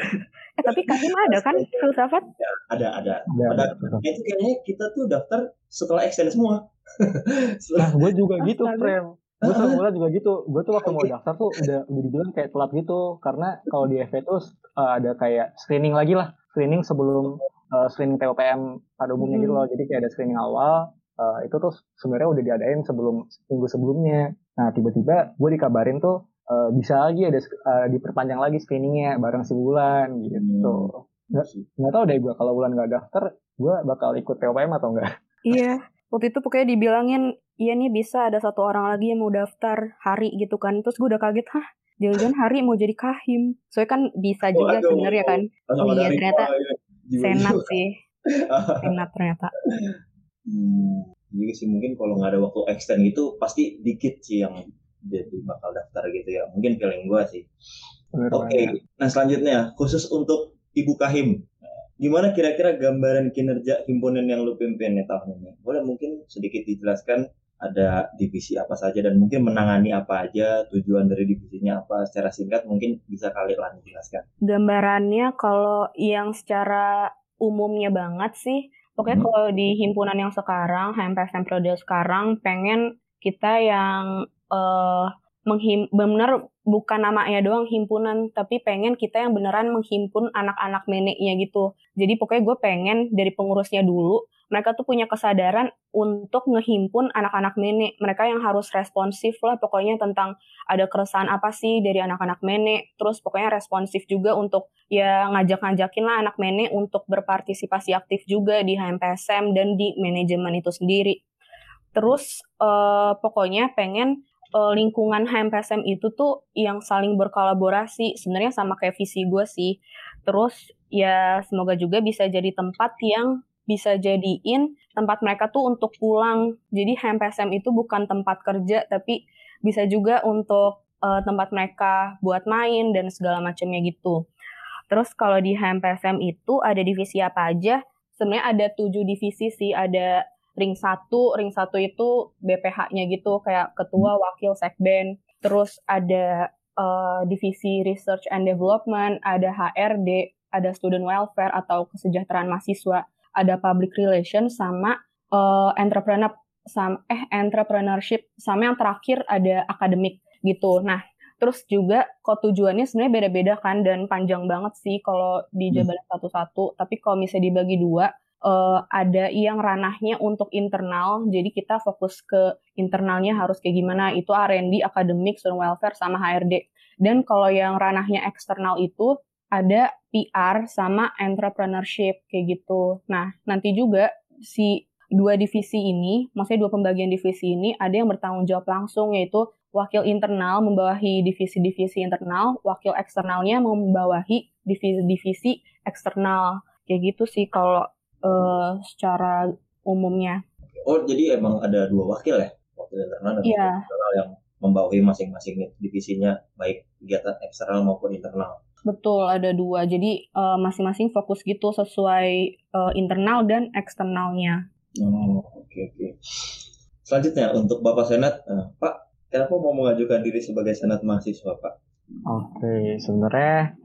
eh tapi Kahim ada kan filsafat? Ya, ada ada. Pada itu kayaknya kita tuh daftar setelah extend semua. Nah, gue juga gitu, Frem. Gue sama Wulan juga gitu. Gue tuh waktu mau daftar tuh udah udah dibilang kayak telat gitu, karena kalau di F E tuh uh, ada kayak screening lagi lah, screening sebelum uh, screening P O P M pada umumnya hmm. gitu loh. Jadi kayak ada screening awal. Uh, itu tuh sebenarnya udah diadain sebelum minggu sebelumnya. Nah tiba-tiba gue dikabarin tuh uh, bisa lagi ada uh, diperpanjang lagi screeningnya bareng si Wulan gitu. Nggak nggak tahu deh gue kalau Wulan nggak daftar, gue bakal ikut P O P M atau enggak? Iya, waktu itu pokoknya dibilangin iya nih bisa ada satu orang lagi yang mau daftar Hari gitu kan. Terus gue udah kaget, hah? Jangan-jangan Hari mau jadi Kahim. Soalnya kan bisa juga oh, sebenarnya kan. Oh, oh iya ternyata senat sih. Senat ternyata. Hmm, jadi sih mungkin kalau nggak ada waktu extend gitu pasti dikit sih yang jadi bakal daftar gitu ya. Mungkin feeling gue sih. Oke, okay. Nah selanjutnya khusus untuk Ibu Kahim, gimana kira-kira gambaran kinerja himpunan yang lu pimpin ya tahun ini? Boleh mungkin sedikit dijelaskan ada divisi apa saja dan mungkin menangani apa aja, tujuan dari divisinya apa secara singkat mungkin bisa kalian jelaskan. Gambarannya kalau yang secara umumnya banget sih, pokoknya hmm. kalau di himpunan yang sekarang, H M P S M periode sekarang, pengen kita yang uh, menghim, benar bukan namanya doang himpunan, tapi pengen kita yang beneran menghimpun anak-anak neneknya gitu. Jadi pokoknya gue pengen dari pengurusnya dulu, mereka tuh punya kesadaran untuk ngehimpun anak-anak nenek. Mereka yang harus responsif lah pokoknya tentang ada keresahan apa sih dari anak-anak nenek. Terus pokoknya responsif juga untuk ya ngajak-ngajakin lah anak nenek untuk berpartisipasi aktif juga di H M P S M dan di manajemen itu sendiri. Terus uh, pokoknya pengen uh, lingkungan H M P S M itu tuh yang saling berkolaborasi. Sebenarnya sama kayak visi gue sih. Terus ya semoga juga bisa jadi tempat yang bisa jadiin tempat mereka tuh untuk pulang. Jadi H M P S M itu bukan tempat kerja, tapi bisa juga untuk uh, tempat mereka buat main dan segala macamnya gitu. Terus kalau di H M P S M itu ada divisi apa aja? Sebenarnya ada tujuh divisi sih. Ada ring satu, ring satu itu B P H-nya gitu, kayak ketua, wakil, sekben. Terus ada uh, divisi research and development, ada H R D, ada student welfare atau kesejahteraan mahasiswa. Ada public relations sama uh, entrepreneur sama eh entrepreneurship sama yang terakhir ada akademik gitu. Nah, terus juga kok tujuannya sebenarnya beda-beda kan dan panjang banget sih kalau dijabarin hmm. satu-satu. Tapi kalau misalnya dibagi dua, uh, ada yang ranahnya untuk internal, jadi kita fokus ke internalnya harus kayak gimana, itu R and D, akademik, student welfare, sama H R D. Dan kalau yang ranahnya eksternal itu ada P R sama entrepreneurship kayak gitu. Nah, nanti juga si dua divisi ini, maksudnya dua pembagian divisi ini, ada yang bertanggung jawab langsung, yaitu wakil internal membawahi divisi-divisi internal, wakil eksternalnya membawahi divisi-divisi eksternal. Kayak gitu sih kalau uh, secara umumnya. Oh, jadi emang ada dua wakil ya? Wakil internal dan yeah. wakil eksternal yang membawahi masing-masing divisinya, baik kegiatan eksternal maupun internal. Betul, ada dua. Jadi uh, masing-masing fokus gitu sesuai uh, internal dan eksternalnya. Oh, oke okay, oke. Okay. Selanjutnya untuk Bapak Senat, uh, Pak, kenapa mau mengajukan diri sebagai Senat mahasiswa, Pak? Oke, okay, sebenarnya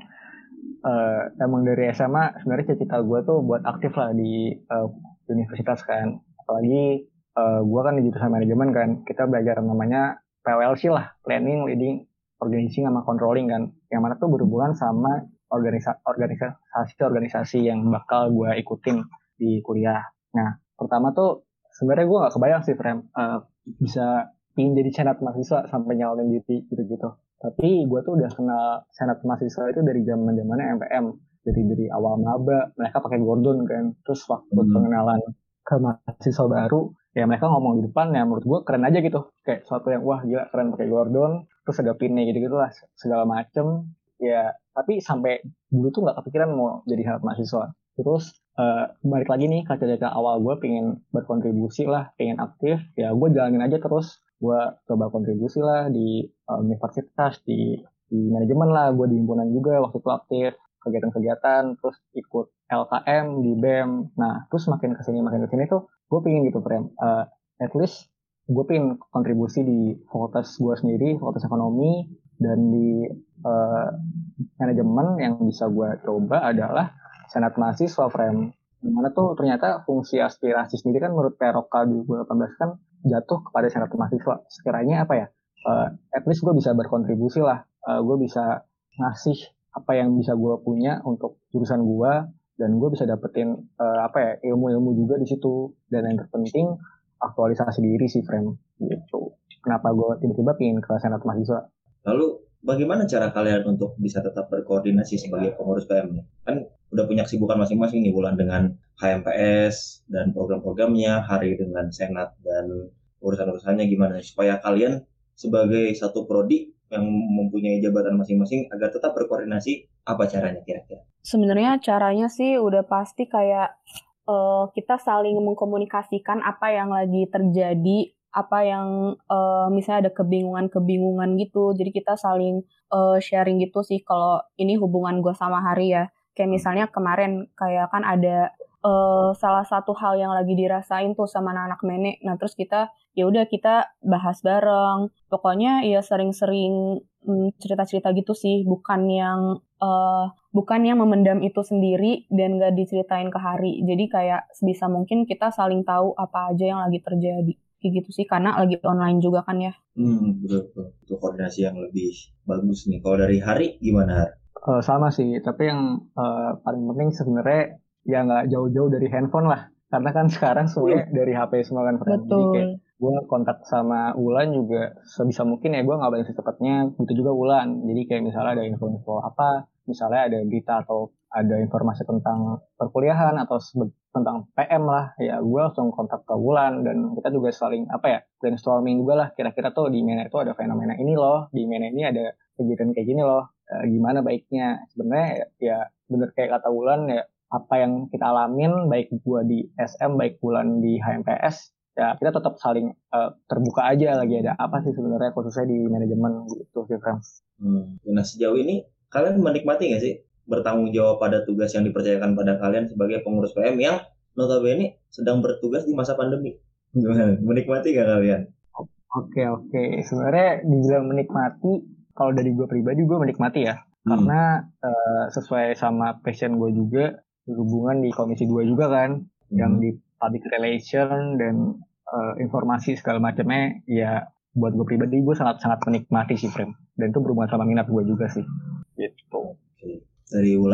uh, emang dari S M A sebenarnya cita-cita gue tuh buat aktif lah di uh, universitas kan. Apalagi uh, gue kan di jurusan manajemen kan, kita belajar namanya P L L C lah, Planning, Leading, Organizing, sama Controlling kan. Yang mana tuh berhubungan sama organisa- organisasi-organisasi yang bakal gue ikutin di kuliah. Nah, pertama tuh sebenarnya gue nggak kebayang sih, Frem, uh, bisa pingin jadi senat mahasiswa sampai nyalonin diri gitu-gitu. Tapi gue tuh udah kenal senat mahasiswa itu dari zaman zamannya M P M, jadi dari awal maba mereka pakai Gordon kan. Terus waktu hmm. pengenalan ke mahasiswa baru, ya mereka ngomong di depan, ya menurut gue keren aja gitu, kayak suatu yang wah gila keren pakai Gordon, terus ada pinnya gitu-gitu lah segala macem. Ya tapi sampai dulu tuh nggak kepikiran mau jadi senat mahasiswa. Terus uh, balik lagi nih ke cerita awal gue pengen berkontribusi lah, pengen aktif, ya gue jalanin aja terus. Gue coba kontribusi lah di uh, universitas, di, di manajemen lah, gue di himpunan juga waktu itu aktif, kegiatan-kegiatan, terus ikut L K M di B E M. Nah, terus makin kesini makin kesini tuh gue pengen gitu, Prem. Uh, at least gue pengen kontribusi di fakultas gue sendiri, fakultas ekonomi, dan di uh, manajemen yang bisa gue coba adalah senat mahasiswa, Prem. Dimana tuh ternyata fungsi aspirasi sendiri kan menurut Peroka dua ribu delapan belas kan jatuh kepada senat mahasiswa. Sekiranya apa ya, uh, at least gue bisa berkontribusi lah, uh, gue bisa ngasih apa yang bisa gue punya untuk jurusan gue, dan gue bisa dapetin uh, apa ya, ilmu-ilmu juga di situ. Dan yang terpenting aktualisasi diri sih, Frame, gitu. Kenapa gue tiba-tiba pingin ke senat mahasiswa? Lalu bagaimana cara kalian untuk bisa tetap berkoordinasi sebagai pengurus P M nih? Kan udah punya kesibukan masing-masing nih, Bulan dengan H M P S dan program-programnya, Hari dengan senat dan urusan-urusannya, gimana supaya kalian sebagai satu prodi yang mempunyai jabatan masing-masing agar tetap berkoordinasi, apa caranya kira-kira? Sebenarnya caranya sih udah pasti kayak uh, kita saling mengkomunikasikan apa yang lagi terjadi, apa yang uh, misalnya ada kebingungan-kebingungan gitu. Jadi kita saling uh, sharing gitu sih kalau ini hubungan gue sama Hari ya. Kayak misalnya kemarin kayak kan ada uh, salah satu hal yang lagi dirasain tuh sama anak-anak Mene. Nah terus kita ya udah kita bahas bareng. Pokoknya ya sering-sering hmm, cerita-cerita gitu sih, bukan yang uh, bukan yang memendam itu sendiri dan gak diceritain ke Hari. Jadi kayak sebisa mungkin kita saling tahu apa aja yang lagi terjadi. Kayak gitu sih, karena lagi online juga kan ya. Hmm, betul-betul. Itu koordinasi yang lebih bagus nih. Kalau dari Hari gimana? Uh, sama sih, tapi yang uh, paling penting sebenarnya ya nggak jauh-jauh dari handphone lah. Karena kan sekarang semuanya dari H P semua kan. Betul. Jadi kayak gue kontak sama Ulan juga sebisa mungkin ya gue ngabarin secepatnya. Begitu juga Ulan. Jadi kayak misalnya ada info-info apa, misalnya ada berita atau ada informasi tentang perkuliahan atau tentang P M lah, ya gue langsung kontak ke Wulan, dan kita juga saling apa ya, brainstorming juga lah, kira-kira tuh di Mena itu ada fenomena ini loh, di Mena ini ada kejadian kayak gini loh, e, gimana baiknya. Sebenarnya ya bener kayak kata Wulan ya, apa yang kita alamin baik gue di S M baik Wulan di H M P S, ya kita tetap saling uh, terbuka aja lagi ada apa sih sebenarnya khususnya di manajemen gitu sih, Frank. Hmm. Nah sejauh ini kalian menikmati nggak sih bertanggung jawab pada tugas yang dipercayakan pada kalian sebagai pengurus P M yang notabene sedang bertugas di masa pandemi? Gimana? Menikmati nggak kalian? Oke oke, sebenarnya dibilang menikmati, kalau dari gue pribadi gue menikmati ya, hmm. karena uh, sesuai sama passion gue juga, berhubungan di komisi dua juga kan, hmm. yang di public relation dan uh, informasi segala macamnya, ya buat gue pribadi gue sangat-sangat menikmati sih, Frem. Dan itu berhubungan sama minat gue juga sih. Gitu. Oke. Dari Wulan?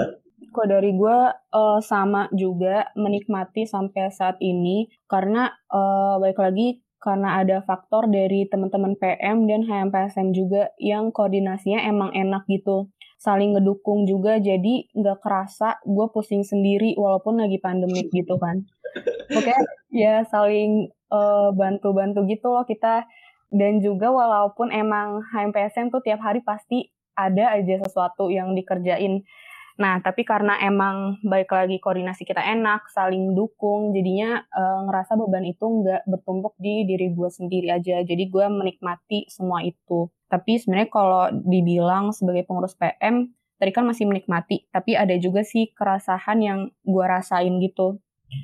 Kalau dari gue uh, sama juga menikmati sampai saat ini karena uh, baik lagi karena ada faktor dari teman-teman P M dan H M P S M juga yang koordinasinya emang enak gitu. Saling ngedukung juga jadi nggak kerasa gue pusing sendiri walaupun lagi pandemik gitu kan. Oke, ya saling uh, bantu-bantu gitu loh kita. Dan juga walaupun emang H M P S M tuh tiap hari pasti ada aja sesuatu yang dikerjain. Nah, tapi karena emang baik lagi koordinasi kita enak, saling dukung, jadinya e, ngerasa beban itu nggak bertumpuk di diri gue sendiri aja. Jadi gue menikmati semua itu. Tapi sebenarnya kalau dibilang sebagai pengurus P M, tadi kan masih menikmati, tapi ada juga sih kerasahan yang gue rasain gitu.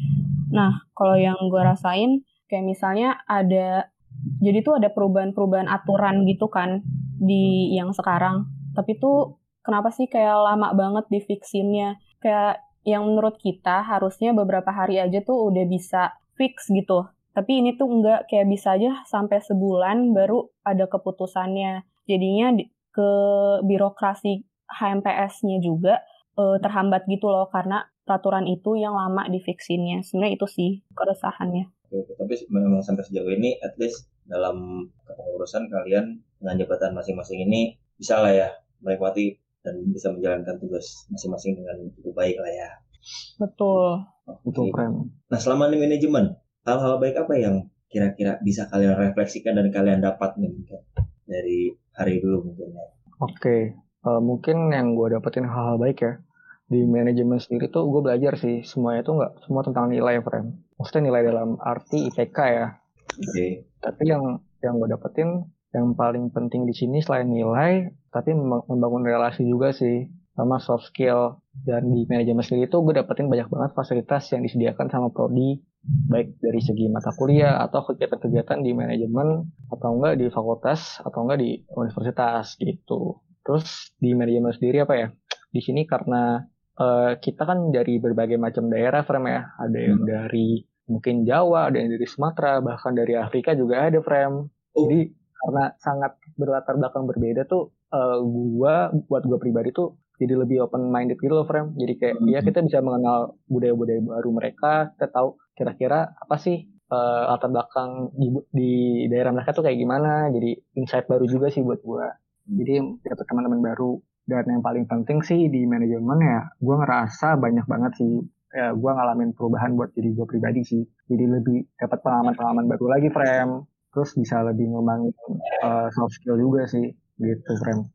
Nah, kalau yang gue rasain, kayak misalnya ada, jadi tuh ada perubahan-perubahan aturan gitu kan, di yang sekarang. Tapi tuh kenapa sih kayak lama banget di fixinnya? Kayak yang menurut kita harusnya beberapa hari aja tuh udah bisa fix gitu. Tapi ini tuh enggak, kayak bisa aja sampai sebulan baru ada keputusannya. Jadinya ke birokrasi H M P S-nya juga eh, terhambat gitu loh karena peraturan itu yang lama di fixinnya. Sebenarnya itu sih keresahannya. Oke, tapi memang sampai sejauh ini at least dalam kepengurusan kalian dengan jabatan masing-masing ini bisa lah ya menikmati dan bisa menjalankan tugas masing-masing dengan cukup baik lah ya. Betul. Betul, Oke. keren. Nah, selama di manajemen, hal-hal baik apa yang kira-kira bisa kalian refleksikan dan kalian dapat nih mungkin dari hari dulu mungkin ya? Oke, uh, mungkin yang gue dapetin hal-hal baik ya. Di manajemen sendiri tuh gue belajar sih, semuanya tuh nggak semua tentang nilai, friend. Maksudnya nilai dalam arti I P K ya. Oke. Okay. Tapi yang yang gue dapetin, yang paling penting di sini selain nilai, tapi membangun relasi juga sih, sama soft skill. Dan di manajemen sendiri tuh gue dapetin banyak banget fasilitas yang disediakan sama prodi, baik dari segi mata kuliah atau kegiatan-kegiatan di manajemen, atau enggak di fakultas, atau enggak di universitas gitu. Terus di manajemen sendiri apa ya? Di sini karena uh, kita kan dari berbagai macam daerah, Frem ya. Ada yang hmm. dari mungkin Jawa, ada yang dari Sumatera, bahkan dari Afrika juga ada, Frem. Oh. Jadi karena sangat berlatar belakang berbeda tuh, uh, gua buat gua pribadi tuh jadi lebih open minded gitu loh, Frem. Jadi kayak hmm. ya kita bisa mengenal budaya-budaya baru mereka, kita tahu kira-kira apa sih uh, latar belakang di, di daerah mereka tuh kayak gimana. Jadi insight baru juga sih buat gua. Jadi dapat teman-teman baru. Dan yang paling penting sih di manajemen ya, gue ngerasa banyak banget sih, ya gue ngalamin perubahan buat diri gue pribadi sih. Jadi lebih dapat pengalaman-pengalaman baru lagi, Frem. Terus bisa lebih ngembangin uh, soft skill juga sih, gitu, Frem.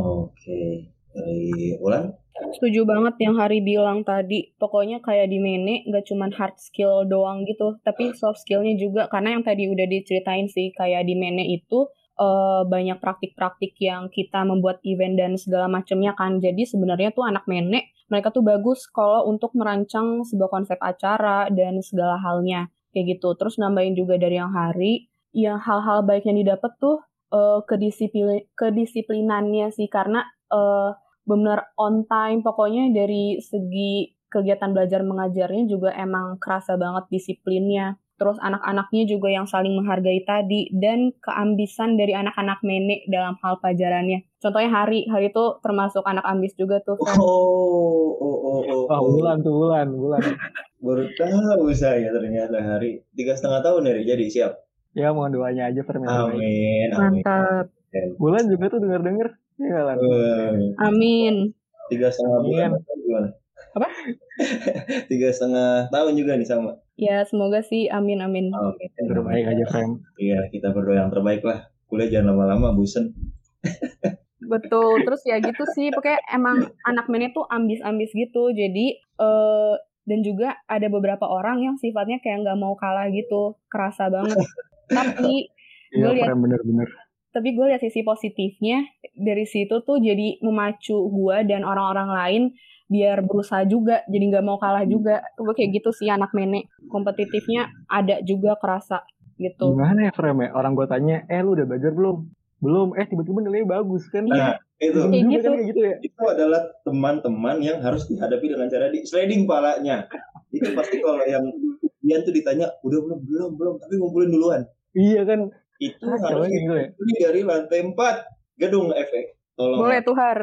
Oke, dari Ulan? Setuju banget yang Hari bilang tadi. Pokoknya kayak di Mene gak cuma hard skill doang gitu, tapi soft skillnya juga. Karena yang tadi udah diceritain sih, kayak di Mene itu Uh, banyak praktik-praktik yang kita membuat event dan segala macamnya kan. Jadi sebenarnya tuh anak Mene, mereka tuh bagus kalau untuk merancang sebuah konsep acara dan segala halnya kayak gitu. Terus nambahin juga dari yang Hari, yang hal-hal baik yang didapat tuh uh, kedisiplin kedisiplinannya sih, karena uh, benar on time. Pokoknya dari segi kegiatan belajar mengajarnya juga emang kerasa banget disiplinnya. Terus anak-anaknya juga yang saling menghargai tadi, dan keambisan dari anak-anak Mene dalam hal pelajarannya. Contohnya Hari, Hari itu termasuk anak ambis juga tuh. Kan? Oh, oh, oh, oh, oh. Bulan tuh, bulan, bulan. Baru tahu saya ternyata Hari. Tiga setengah tahun Hari, jadi siap. Ya, mohon doanya aja, Fer. Amin, amin. Mantap. Bulan juga tuh denger-denger. Ya, Lan. Amin. Tiga setengah bulan gimana? Apa? Tiga setengah tahun juga nih sama. Ya, semoga sih. Amin, amin. Oke, yang terbaik aja, Frem. Iya, kita berdoa yang terbaik lah. Kuliah jangan lama-lama, bosen. Betul. Terus ya gitu sih. Pokoknya emang anak Mene tuh ambis-ambis gitu. Jadi, uh, dan juga ada beberapa orang yang sifatnya kayak nggak mau kalah gitu. Kerasa banget. Tapi, gue iya, lihat... bener-bener. Tapi gue lihat sisi positifnya. Dari situ tuh jadi memacu gue dan orang-orang lain biar berusaha juga, jadi nggak mau kalah juga. Gue kayak gitu sih anak Mene, kompetitifnya ada juga kerasa gitu. Gimana ya, Frem ya? Orang gue tanya, eh lu udah belajar belum? Belum, eh tiba-tiba nilainya bagus kan? Nah, itu kayak gitu. Kan, kayak gitu ya? Itu adalah teman-teman yang harus dihadapi dengan cara di sliding palanya. Itu pasti kalau yang Ian tuh ditanya, udah belum, belum, belum, tapi ngumpulin duluan. Iya kan? Itu ah, harus gitu ya? dari lantai empat gedung efek. Tolong. Boleh tuh Har.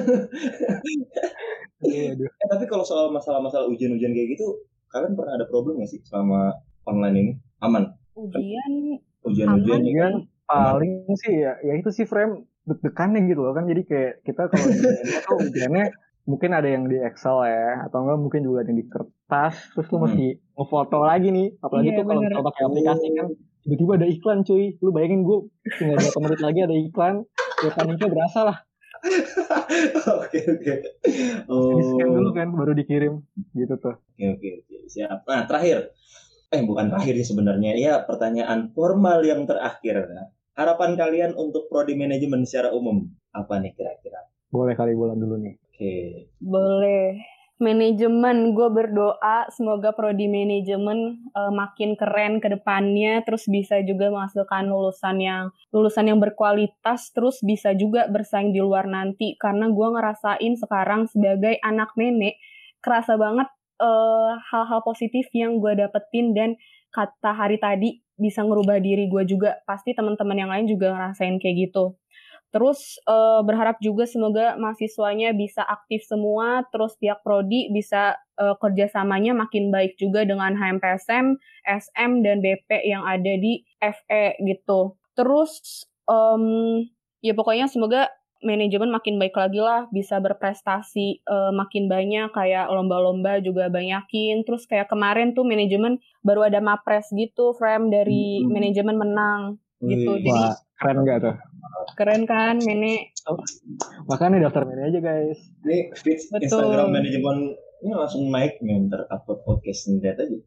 Aduh. Eh, tapi kalau soal masalah-masalah ujian-ujian kayak gitu, kalian pernah ada problem nggak sih selama online ini? Aman? Ujian Ujian-ujian aman. Ujian paling sih ya, ya itu sih frame deg-degannya gitu loh kan. Jadi kayak kita kalau di Indonesia tuh ujiannya mungkin ada yang di Excel ya, atau enggak mungkin juga ada yang di kertas, terus lu Hmm. mesti ngefoto lagi nih. Apalagi Iya tuh kalau bener. misalnya pakai aplikasi kan, tiba-tiba ada iklan cuy. Lu bayangin gue tinggal berapa menit lagi ada iklan, ya paniknya berasa lah. Oke oke. Di scan dulu Oh. kan, baru dikirim gitu tuh. Oke oke oke. Siap. Nah terakhir, eh bukan terakhir sih sebenarnya. Ya pertanyaan formal yang terakhir. Nah, harapan kalian untuk prodi manajemen secara umum apa nih kira-kira? Boleh kali bulan dulu nih. Oke. Boleh. Manajemen, gue berdoa semoga prodi manajemen uh, makin keren ke depannya, terus bisa juga menghasilkan lulusan yang lulusan yang berkualitas, terus bisa juga bersaing di luar nanti. Karena gue ngerasain sekarang sebagai anak nenek, kerasa banget uh, hal-hal positif yang gue dapetin, dan kata Hari tadi bisa ngerubah diri gue juga. Pasti teman-teman yang lain juga ngerasain kayak gitu. Terus uh, berharap juga semoga mahasiswanya bisa aktif semua, terus pihak prodi bisa uh, kerjasamanya makin baik juga dengan H M P S M, S M, dan B P yang ada di F E gitu. Terus um, ya pokoknya semoga manajemen makin baik lagi lah, bisa berprestasi uh, makin banyak, kayak lomba-lomba juga banyakin. Terus kayak kemarin tuh manajemen baru ada mapres gitu, frame dari Hmm. manajemen menang gitu. Wih. Jadi Wah, keren gak tuh? keren kan, Mene? Oh, makanya daftar Mene aja guys. Ini feed Instagram manajemen ini langsung naik nih, ntar upload podcast ini lihat aja.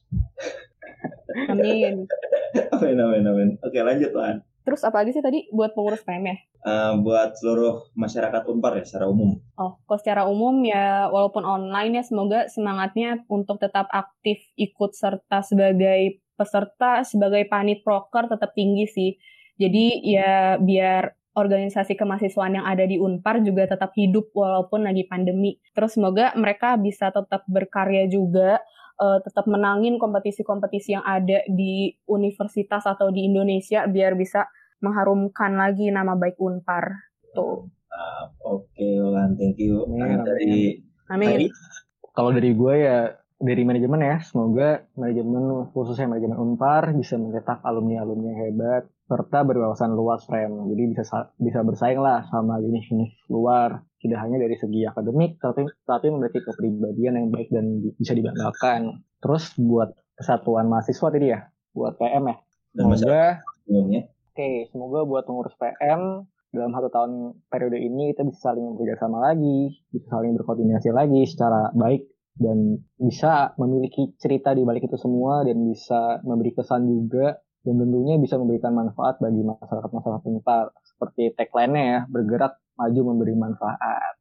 Amin. Amin amin amin. Oke lanjut Lan. Terus apa lagi sih tadi buat pengurus P M ya? Uh, buat seluruh masyarakat Unpar ya secara umum. Oh, kalau secara umum ya walaupun online ya semoga semangatnya untuk tetap aktif ikut serta sebagai peserta, sebagai panit proker tetap tinggi sih. Jadi ya biar organisasi kemahasiswaan yang ada di Unpar juga tetap hidup walaupun lagi pandemi. Terus semoga mereka bisa tetap berkarya juga, uh, tetap menangin kompetisi-kompetisi yang ada di universitas atau di Indonesia biar bisa mengharumkan lagi nama baik Unpar. Tuh. Uh, Oke, okay, Olan, thank you. Amin, dari Amin. Kalau dari gue ya dari manajemen ya, semoga manajemen khususnya manajemen Unpar bisa mencetak alumni-alumni yang hebat serta berwawasan luas, frame. Jadi bisa bisa bersaing lah sama univ-univ luar, tidak hanya dari segi akademik, tapi tapi memiliki kepribadian yang baik dan bisa dibanggakan. Terus buat kesatuan mahasiswa tadi ya, buat P M ya. Semoga Oke, okay, semoga buat pengurus P M dalam satu tahun periode ini kita bisa saling bekerja sama lagi, bisa saling berkoordinasi lagi secara baik, dan bisa memiliki cerita di balik itu semua, dan bisa memberi kesan juga, dan tentunya bisa memberikan manfaat bagi masyarakat-masyarakat Unpar. Seperti tagline-nya ya, bergerak, maju, memberi manfaat.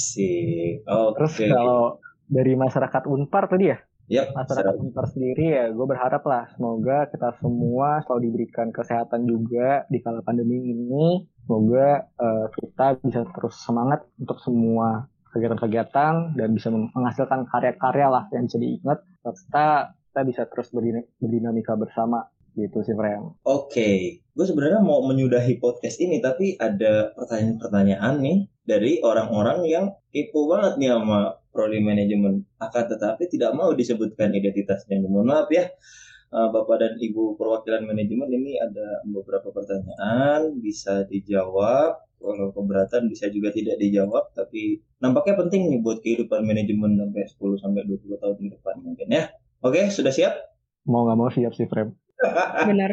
Asik. Oke. Terus kalau dari masyarakat Unpar tadi ya, Yep, masyarakat Unpar sendiri ya, gue berharap lah semoga kita semua selalu diberikan kesehatan juga di kala pandemi ini. Semoga uh, kita bisa terus semangat untuk semua kegiatan-kegiatan dan bisa menghasilkan karya-karya lah yang bisa diingat, serta kita bisa terus berdinamika bersama gitu sih, Frem. Oke, okay. Gue sebenarnya mau menyudahi podcast ini, tapi ada pertanyaan-pertanyaan nih dari orang-orang yang kepo banget nih sama prodi manajemen, akan tetapi tidak mau disebutkan identitasnya. Mohon maaf ya, Bapak dan Ibu perwakilan manajemen, ini ada beberapa pertanyaan, bisa dijawab. Kalau keberatan bisa juga tidak dijawab, tapi nampaknya penting nih buat kehidupan manajemen sampai sepuluh sampai dua puluh tahun ke depan mungkin ya. Oke, sudah siap? Mau nggak mau siap sih, Frem. Benar.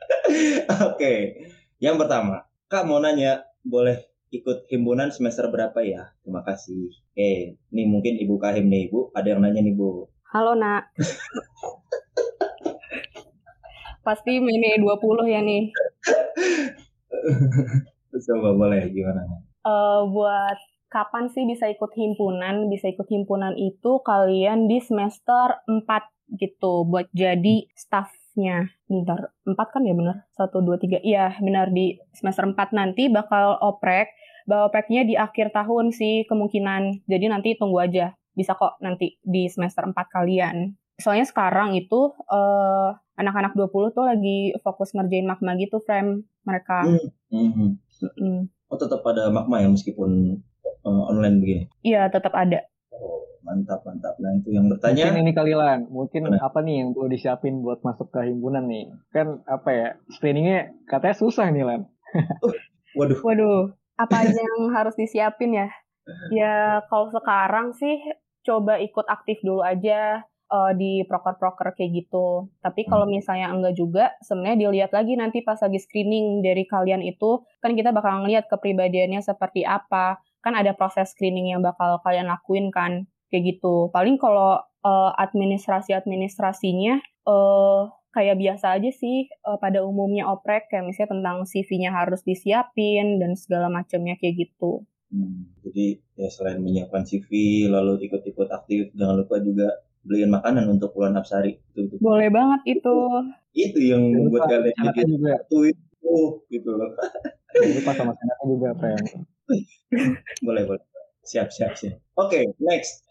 Oke, okay. Yang pertama, Kak mau nanya, boleh ikut himpunan semester berapa ya? Terima kasih. Oke, okay. Nih mungkin Ibu Kahim nih, Ibu. Ada yang nanya nih, Bu. Halo, Nak. Pasti Mene dua puluh ya nih. Coba boleh, gimana? Uh, buat kapan sih bisa ikut himpunan? Bisa ikut himpunan itu kalian di semester empat gitu, buat jadi staffnya. Bentar, empat kan ya benar? satu, dua, tiga. Iya, benar, di semester empat nanti bakal oprek. Bakal opreknya di akhir tahun sih kemungkinan. Jadi nanti tunggu aja. Bisa kok nanti di semester empat kalian. Soalnya sekarang itu uh, anak-anak dua puluh tuh lagi fokus ngerjain magma gitu, Frame, mereka. Mm-hmm. Mm-hmm. Oh, tetap ada Magma ya meskipun uh, online begini? Iya, tetap ada. Oh, mantap, mantap. Nah, itu yang bertanya. Mungkin ini kali Lan, mungkin Mana? apa nih yang perlu disiapin buat masuk ke himpunan nih? Kan apa ya, screeningnya katanya susah nih Lan. uh, waduh. Waduh, apa aja yang harus disiapin ya? Ya, kalau sekarang sih coba ikut aktif dulu aja. Uh, di proker-proker kayak gitu. Tapi kalau misalnya enggak juga, sebenarnya dilihat lagi nanti pas lagi screening dari kalian itu, kan kita bakal ngeliat kepribadiannya seperti apa. Kan ada proses screening yang bakal kalian lakuin kan, kayak gitu. Paling kalau uh, administrasi-administrasinya, uh, kayak biasa aja sih, uh, pada umumnya oprek, kayak misalnya tentang C V-nya harus disiapin, dan segala macamnya kayak gitu. Hmm, jadi ya selain menyiapkan C V, lalu ikut-ikut aktif, jangan lupa juga beliin makanan untuk Wulan Apsari. Itu, itu. Boleh banget itu. Itu yang Jangan membuat lupa, kalian jadi juga. Itu, itu gitu loh. Jangan lupa sama senatnya juga, friend. Boleh, boleh. Siap, siap, siap. Oke, okay, next.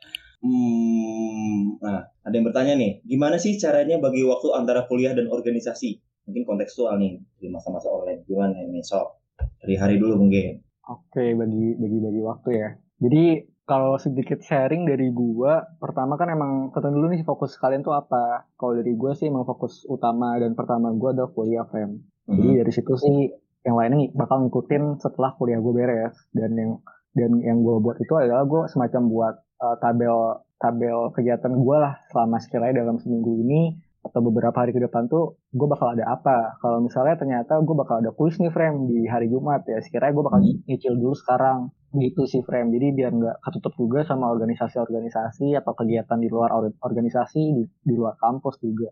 Hmm, nah, ada yang bertanya nih, gimana sih caranya bagi waktu antara kuliah dan organisasi? Mungkin kontekstual nih, di masa-masa online. Gimana ini, Sob? Dari hari dulu mungkin. Oke, okay, bagi bagi bagi waktu ya. Jadi kalau sedikit sharing dari gua, pertama kan emang ketemu dulu nih fokus kalian tuh apa. Kalau dari gua sih emang fokus utama dan pertama gua adalah kuliah, fam. Mm-hmm. Jadi dari situ sih yang lainnya bakal ngikutin setelah kuliah gua beres. Dan yang dan yang gua buat itu adalah gua semacam buat uh, tabel tabel kegiatan gua lah selama sekiranya dalam seminggu ini atau beberapa hari ke depan tuh gue bakal ada apa. Kalau misalnya ternyata gue bakal ada kuis nih frame di hari Jumat ya, sekiranya gue bakal nyicil dulu sekarang gitu sih frame. Jadi biar nggak ketutup juga sama organisasi-organisasi atau kegiatan di luar organisasi, di, di luar kampus juga.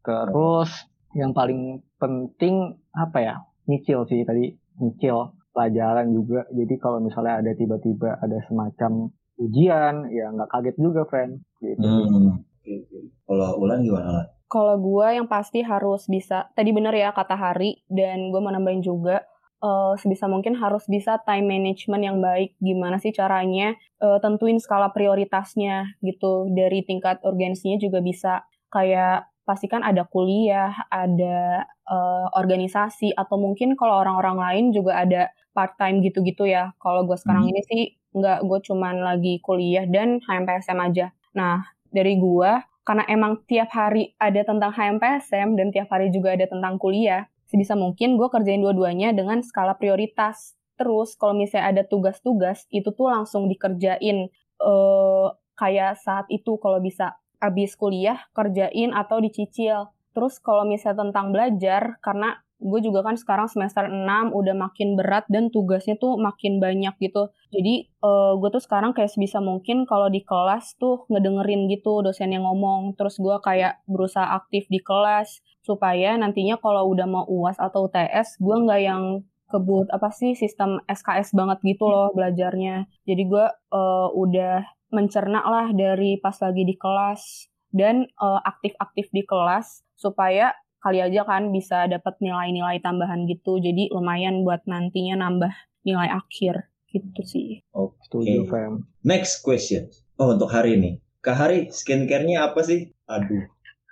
Terus yang paling penting apa ya, nyicil sih tadi, nyicil pelajaran juga. Jadi kalau misalnya ada tiba-tiba ada semacam ujian ya nggak kaget juga frame gitu. Hmm. Kalau Ulan gimana Lan? Kalau gue yang pasti harus bisa, tadi bener ya kata Hari, dan gue mau nambahin juga, uh, sebisa mungkin harus bisa time management yang baik. Gimana sih caranya uh, tentuin skala prioritasnya gitu. Dari tingkat urgensinya juga bisa kayak pastikan ada kuliah, ada uh, organisasi, atau mungkin kalau orang-orang lain juga ada part-time gitu-gitu ya. Kalau gue sekarang hmm. ini sih nggak, gue cuman lagi kuliah dan H M P S M aja. Nah, dari gue, karena emang tiap hari ada tentang H M P S M dan tiap hari juga ada tentang kuliah, sebisa mungkin gue kerjain dua-duanya dengan skala prioritas. Terus kalau misalnya ada tugas-tugas, itu tuh langsung dikerjain uh, kayak saat itu kalau bisa. Abis kuliah, kerjain atau dicicil. Terus kalau misalnya tentang belajar, karena gue juga kan sekarang semester enam udah makin berat dan tugasnya tuh makin banyak gitu. Jadi uh, gue tuh sekarang kayak sebisa mungkin kalau di kelas tuh ngedengerin gitu dosen yang ngomong. Terus gue kayak berusaha aktif di kelas supaya nantinya kalau udah mau U A S atau U T S gue nggak yang kebut apa sih sistem S K S banget gitu loh belajarnya. Jadi gue uh, udah mencerna lah dari pas lagi di kelas dan uh, aktif-aktif di kelas supaya kali aja kan bisa dapat nilai-nilai tambahan gitu. Jadi lumayan buat nantinya nambah nilai akhir gitu sih. Oke. Okay. Next question. Oh, untuk Hari nih. Kak Hari, skincare-nya apa sih? Aduh.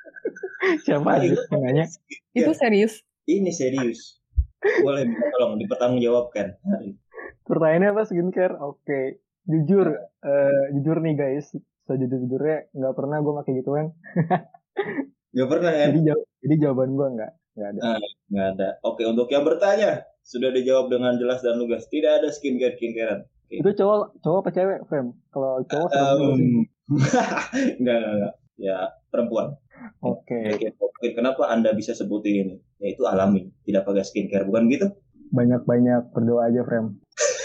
Siapa aja nanya? Itu serius? Ini serius. Boleh tolong dipertanggungjawabkan, Hari. Pertanyaannya apa skincare? Oke. Okay. Jujur, uh, jujur nih guys. Sejujur-jujurnya nggak pernah gue pakai gituan. Gak pernah kan? Jadi, jaw- jadi jawaban gue nggak, nggak ada. Nah, nggak ada. Oke, untuk yang bertanya sudah dijawab dengan jelas dan lugas. Tidak ada skincare skincarean. Okay. Itu cowok, cowok apa cewek, Fem? Kalau cowok serem um, sih. Enggak, enggak, enggak. Ya perempuan. Oke. Okay. Okay. Kenapa Anda bisa sebutin ini? Ya itu alami, tidak pakai skincare, bukan gitu? Banyak-banyak berdoa aja, Fem.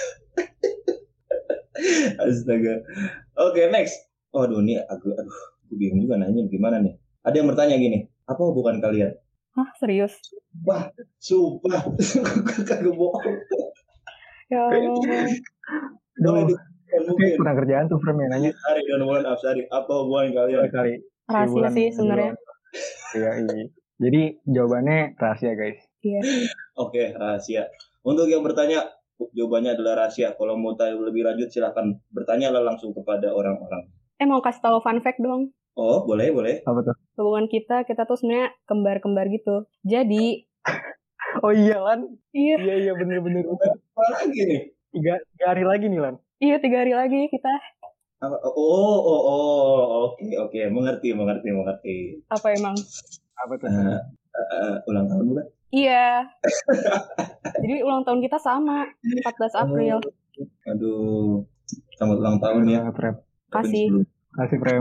Astaga. Oke, okay, next. Waduh, ini agak, aduh, gue bingung juga nanya gimana nih. Ada yang bertanya gini, apa hubungan kalian? Hah, serius? Wah, sumpah. Kagak bohong. Ya Allah. Duh, mungkin kurang kerjaan tuh Frem yang nanya. Hari dan Wulan Apsari, apa hubungan kalian? Kali. Rahasia sih sebenarnya. Iya, iya. Jadi jawabannya rahasia, guys. Iya. Oke, rahasia. Untuk yang bertanya, jawabannya adalah rahasia. Kalau mau tahu lebih lanjut, silakan bertanyalah langsung kepada orang-orang. Eh, mau kasih tahu fun fact dong? Oh, boleh, boleh. Apa tuh? Hubungan kita, kita tuh sebenarnya kembar-kembar gitu. Jadi... oh iya, Lan. Iya. Iya, iya, bener-bener. Apa lagi nih? Tiga, tiga hari lagi nih, Lan. Iya, tiga hari lagi kita. Apa? Oh, oh, oh, oke, oke, mengerti, mengerti, mengerti. Apa emang? Apa tuh? Uh, uh, ulang tahun bukan? Iya. Jadi ulang tahun kita sama, empat belas April. Oh, aduh, selamat ulang tahun ya. Prem. Kasih. Kasih, Prem.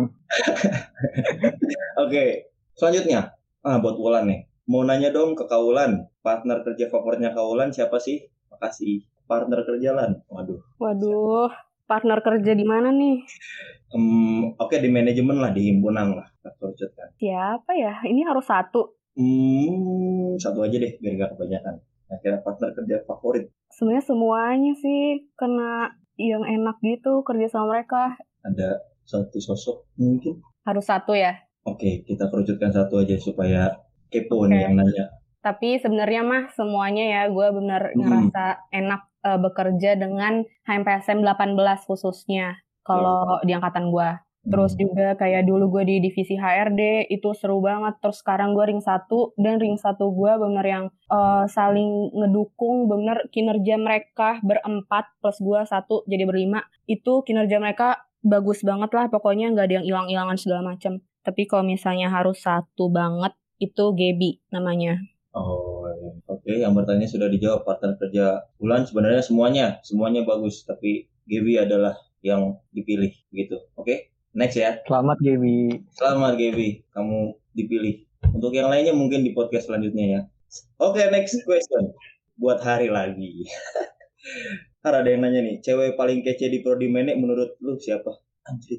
Oke, selanjutnya. Ah, buat Wulan nih. Mau nanya dong ke Kaulan, partner kerja favoritnya Kaulan siapa sih? Makasih. Partner kerja Lan. Waduh. Waduh, partner kerja di mana nih? Um, Oke, di manajemen lah, di himpunan lah. Kan. Siapa ya? Ini harus satu. Hmm, satu aja deh, biar gak kebanyakan. Akhirnya partner kerja favorit. Sebenarnya semuanya sih, karena yang enak gitu kerja sama mereka. Ada satu sosok mungkin? Harus satu ya? Oke, kita kerucutkan satu aja supaya kepo okay. nih yang nanya. Tapi sebenarnya mah semuanya ya, gue benar hmm. ngerasa enak uh, bekerja dengan H M P S M delapan belas khususnya kalau hmm. di angkatan gue. Terus juga kayak dulu gue di divisi H R D, itu seru banget. Terus sekarang gue ring satu, dan ring satu gue bener yang uh, saling ngedukung, bener kinerja mereka berempat, plus gue satu, jadi berlima. Itu kinerja mereka bagus banget lah, pokoknya gak ada yang hilang-hilangan segala macam. Tapi kalau misalnya harus satu banget, itu Gaby namanya. Oh, oke. Okay. Yang bertanya sudah dijawab. Partner kerja Wulan sebenarnya semuanya, semuanya bagus. Tapi Gaby adalah yang dipilih, gitu. Oke? Okay? Next ya. Selamat Gaby. Selamat Gaby, kamu dipilih. Untuk yang lainnya mungkin di podcast selanjutnya ya. Oke, okay, next question. Buat Hari lagi. Har, ada yang nanya nih, cewek paling kece di Prodi Menek menurut lu siapa? Anjir.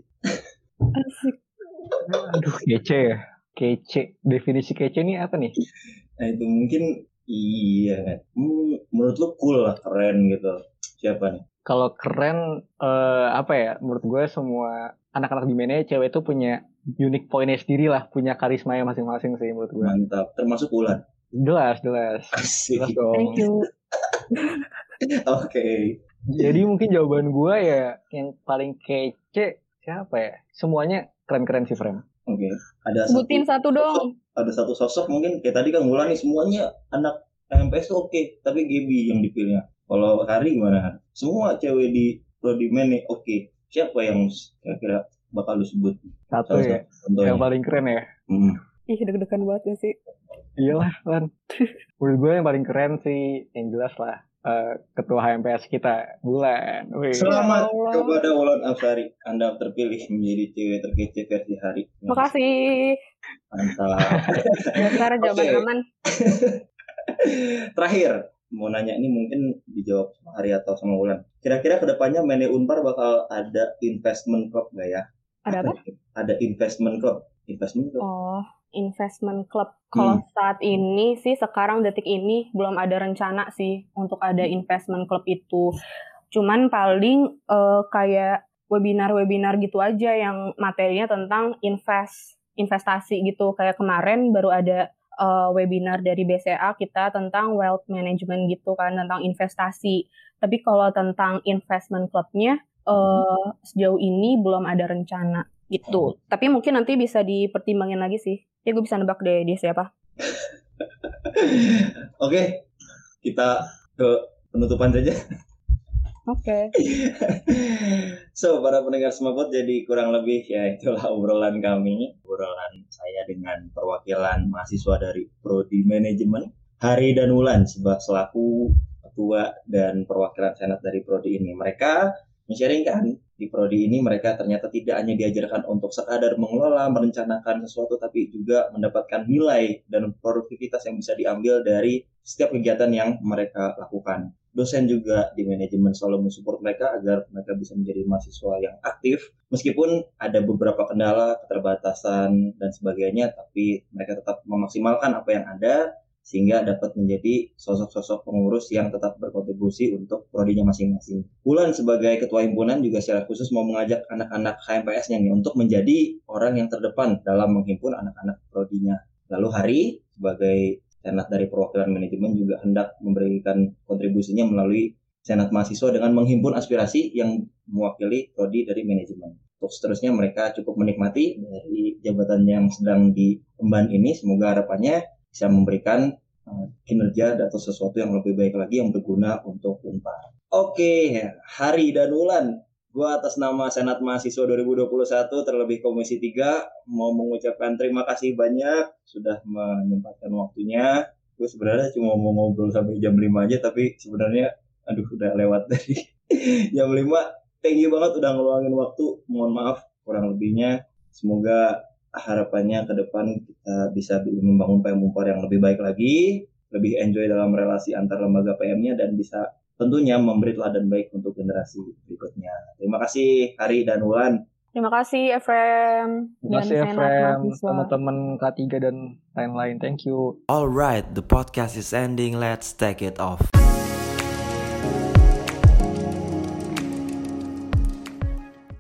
Aduh, kece ya. Kece. Definisi kece ini apa nih? Nah itu mungkin iya kan. Hmm, menurut lu cool lah, keren gitu. Siapa nih? Kalau keren, uh, apa ya? Menurut gue semua anak-anak di Menek cewek itu punya unique point-nya sendiri lah, punya karisma masing-masing sih menurut gue. Mantap, termasuk Wulan. Jelas, jelas. Asik. Jelas dong. Thank you. Oke. Okay. Jadi mungkin jawaban gue ya yang paling kece siapa ya? Semuanya keren-keren sih, Frem. Oke. Okay. Ada sebutin satu, satu dong. Sosok, ada satu sosok mungkin kayak tadi kan Wulan nih semuanya anak M P S tuh oke, okay, tapi Gaby yang dipilihnya. Kalau Hari gimana? Semua cewek di Prodi Menek oke. Okay. Siapa yang kira-kira bakal lu sebut? Satu ya, contohnya. Yang paling keren ya. Hmm. Ih, deg-degan banget ya sih. Iyalah, Lan. Menurut gue yang paling keren sih, yang jelas lah, uh, ketua H M P S kita, Wulan. Selamat ya kepada Wulan Afsari. Anda terpilih menjadi cewek terkece versi Hari. Makasih. Mantap. Ya, sekarang jawaban okay. aman. Terakhir. Mau nanya ini mungkin dijawab sama Hari atau sama Wulan. Kira-kira kedepannya Menek Unpar bakal ada investment club nggak ya? Ada apa? Ada investment club. Investment club. Oh, investment club. Kalau hmm. saat ini sih sekarang detik ini belum ada rencana sih untuk ada investment club itu. Cuman paling uh, kayak webinar-webinar gitu aja yang materinya tentang invest investasi gitu. Kayak kemarin baru ada Uh, webinar dari B C A kita tentang wealth management gitu kan, tentang investasi. Tapi kalau tentang investment clubnya uh, sejauh ini belum ada rencana gitu. Tapi mungkin nanti bisa dipertimbangin lagi sih. Ya gue bisa nebak deh dia siapa. Oke, okay. Kita ke penutupan saja. Oke. Okay. So, para pendengar Smapot, jadi kurang lebih ya itulah obrolan kami, obrolan saya dengan perwakilan mahasiswa dari Prodi Manajemen, Hari dan Wulan sebagai selaku ketua dan perwakilan senat dari prodi ini. Mereka men-sharingkan di prodi ini mereka ternyata tidak hanya diajarkan untuk sekadar mengelola, merencanakan sesuatu, tapi juga mendapatkan nilai dan produktivitas yang bisa diambil dari setiap kegiatan yang mereka lakukan. Dosen juga di manajemen selalu mensupport mereka agar mereka bisa menjadi mahasiswa yang aktif. Meskipun ada beberapa kendala, keterbatasan, dan sebagainya, tapi mereka tetap memaksimalkan apa yang ada, sehingga dapat menjadi sosok-sosok pengurus yang tetap berkontribusi untuk prodinya masing-masing. Wulan sebagai ketua himpunan juga secara khusus mau mengajak anak-anak H M P S-nya nih untuk menjadi orang yang terdepan dalam menghimpun anak-anak prodinya. Lalu Hari sebagai senat dari perwakilan manajemen juga hendak memberikan kontribusinya melalui senat mahasiswa dengan menghimpun aspirasi yang mewakili prodi dari manajemen. Untuk seterusnya mereka cukup menikmati dari jabatan yang sedang diemban ini. Semoga harapannya bisa memberikan uh, kinerja atau sesuatu yang lebih baik lagi yang berguna untuk Unpar. Oke, Hari dan Wulan. Gue atas nama Senat Mahasiswa dua ribu dua puluh satu terlebih Komisi tiga mau mengucapkan terima kasih banyak sudah menyempatkan waktunya. Gue sebenarnya cuma mau ngobrol sampai jam lima aja, tapi sebenarnya aduh udah lewat dari jam lima. Thank you banget udah ngeluangin waktu. Mohon maaf kurang lebihnya. Semoga harapannya ke depan kita bisa membangun P M Unpar yang lebih baik lagi, lebih enjoy dalam relasi antar lembaga P M-nya, dan bisa tentunya memberi teladan baik untuk generasi berikutnya. Terima kasih Hari dan Wulan. Terima kasih Efrem. Terima kasih Efrem, teman-teman K tiga dan lain-lain. Thank you. Alright, the podcast is ending. Let's take it off.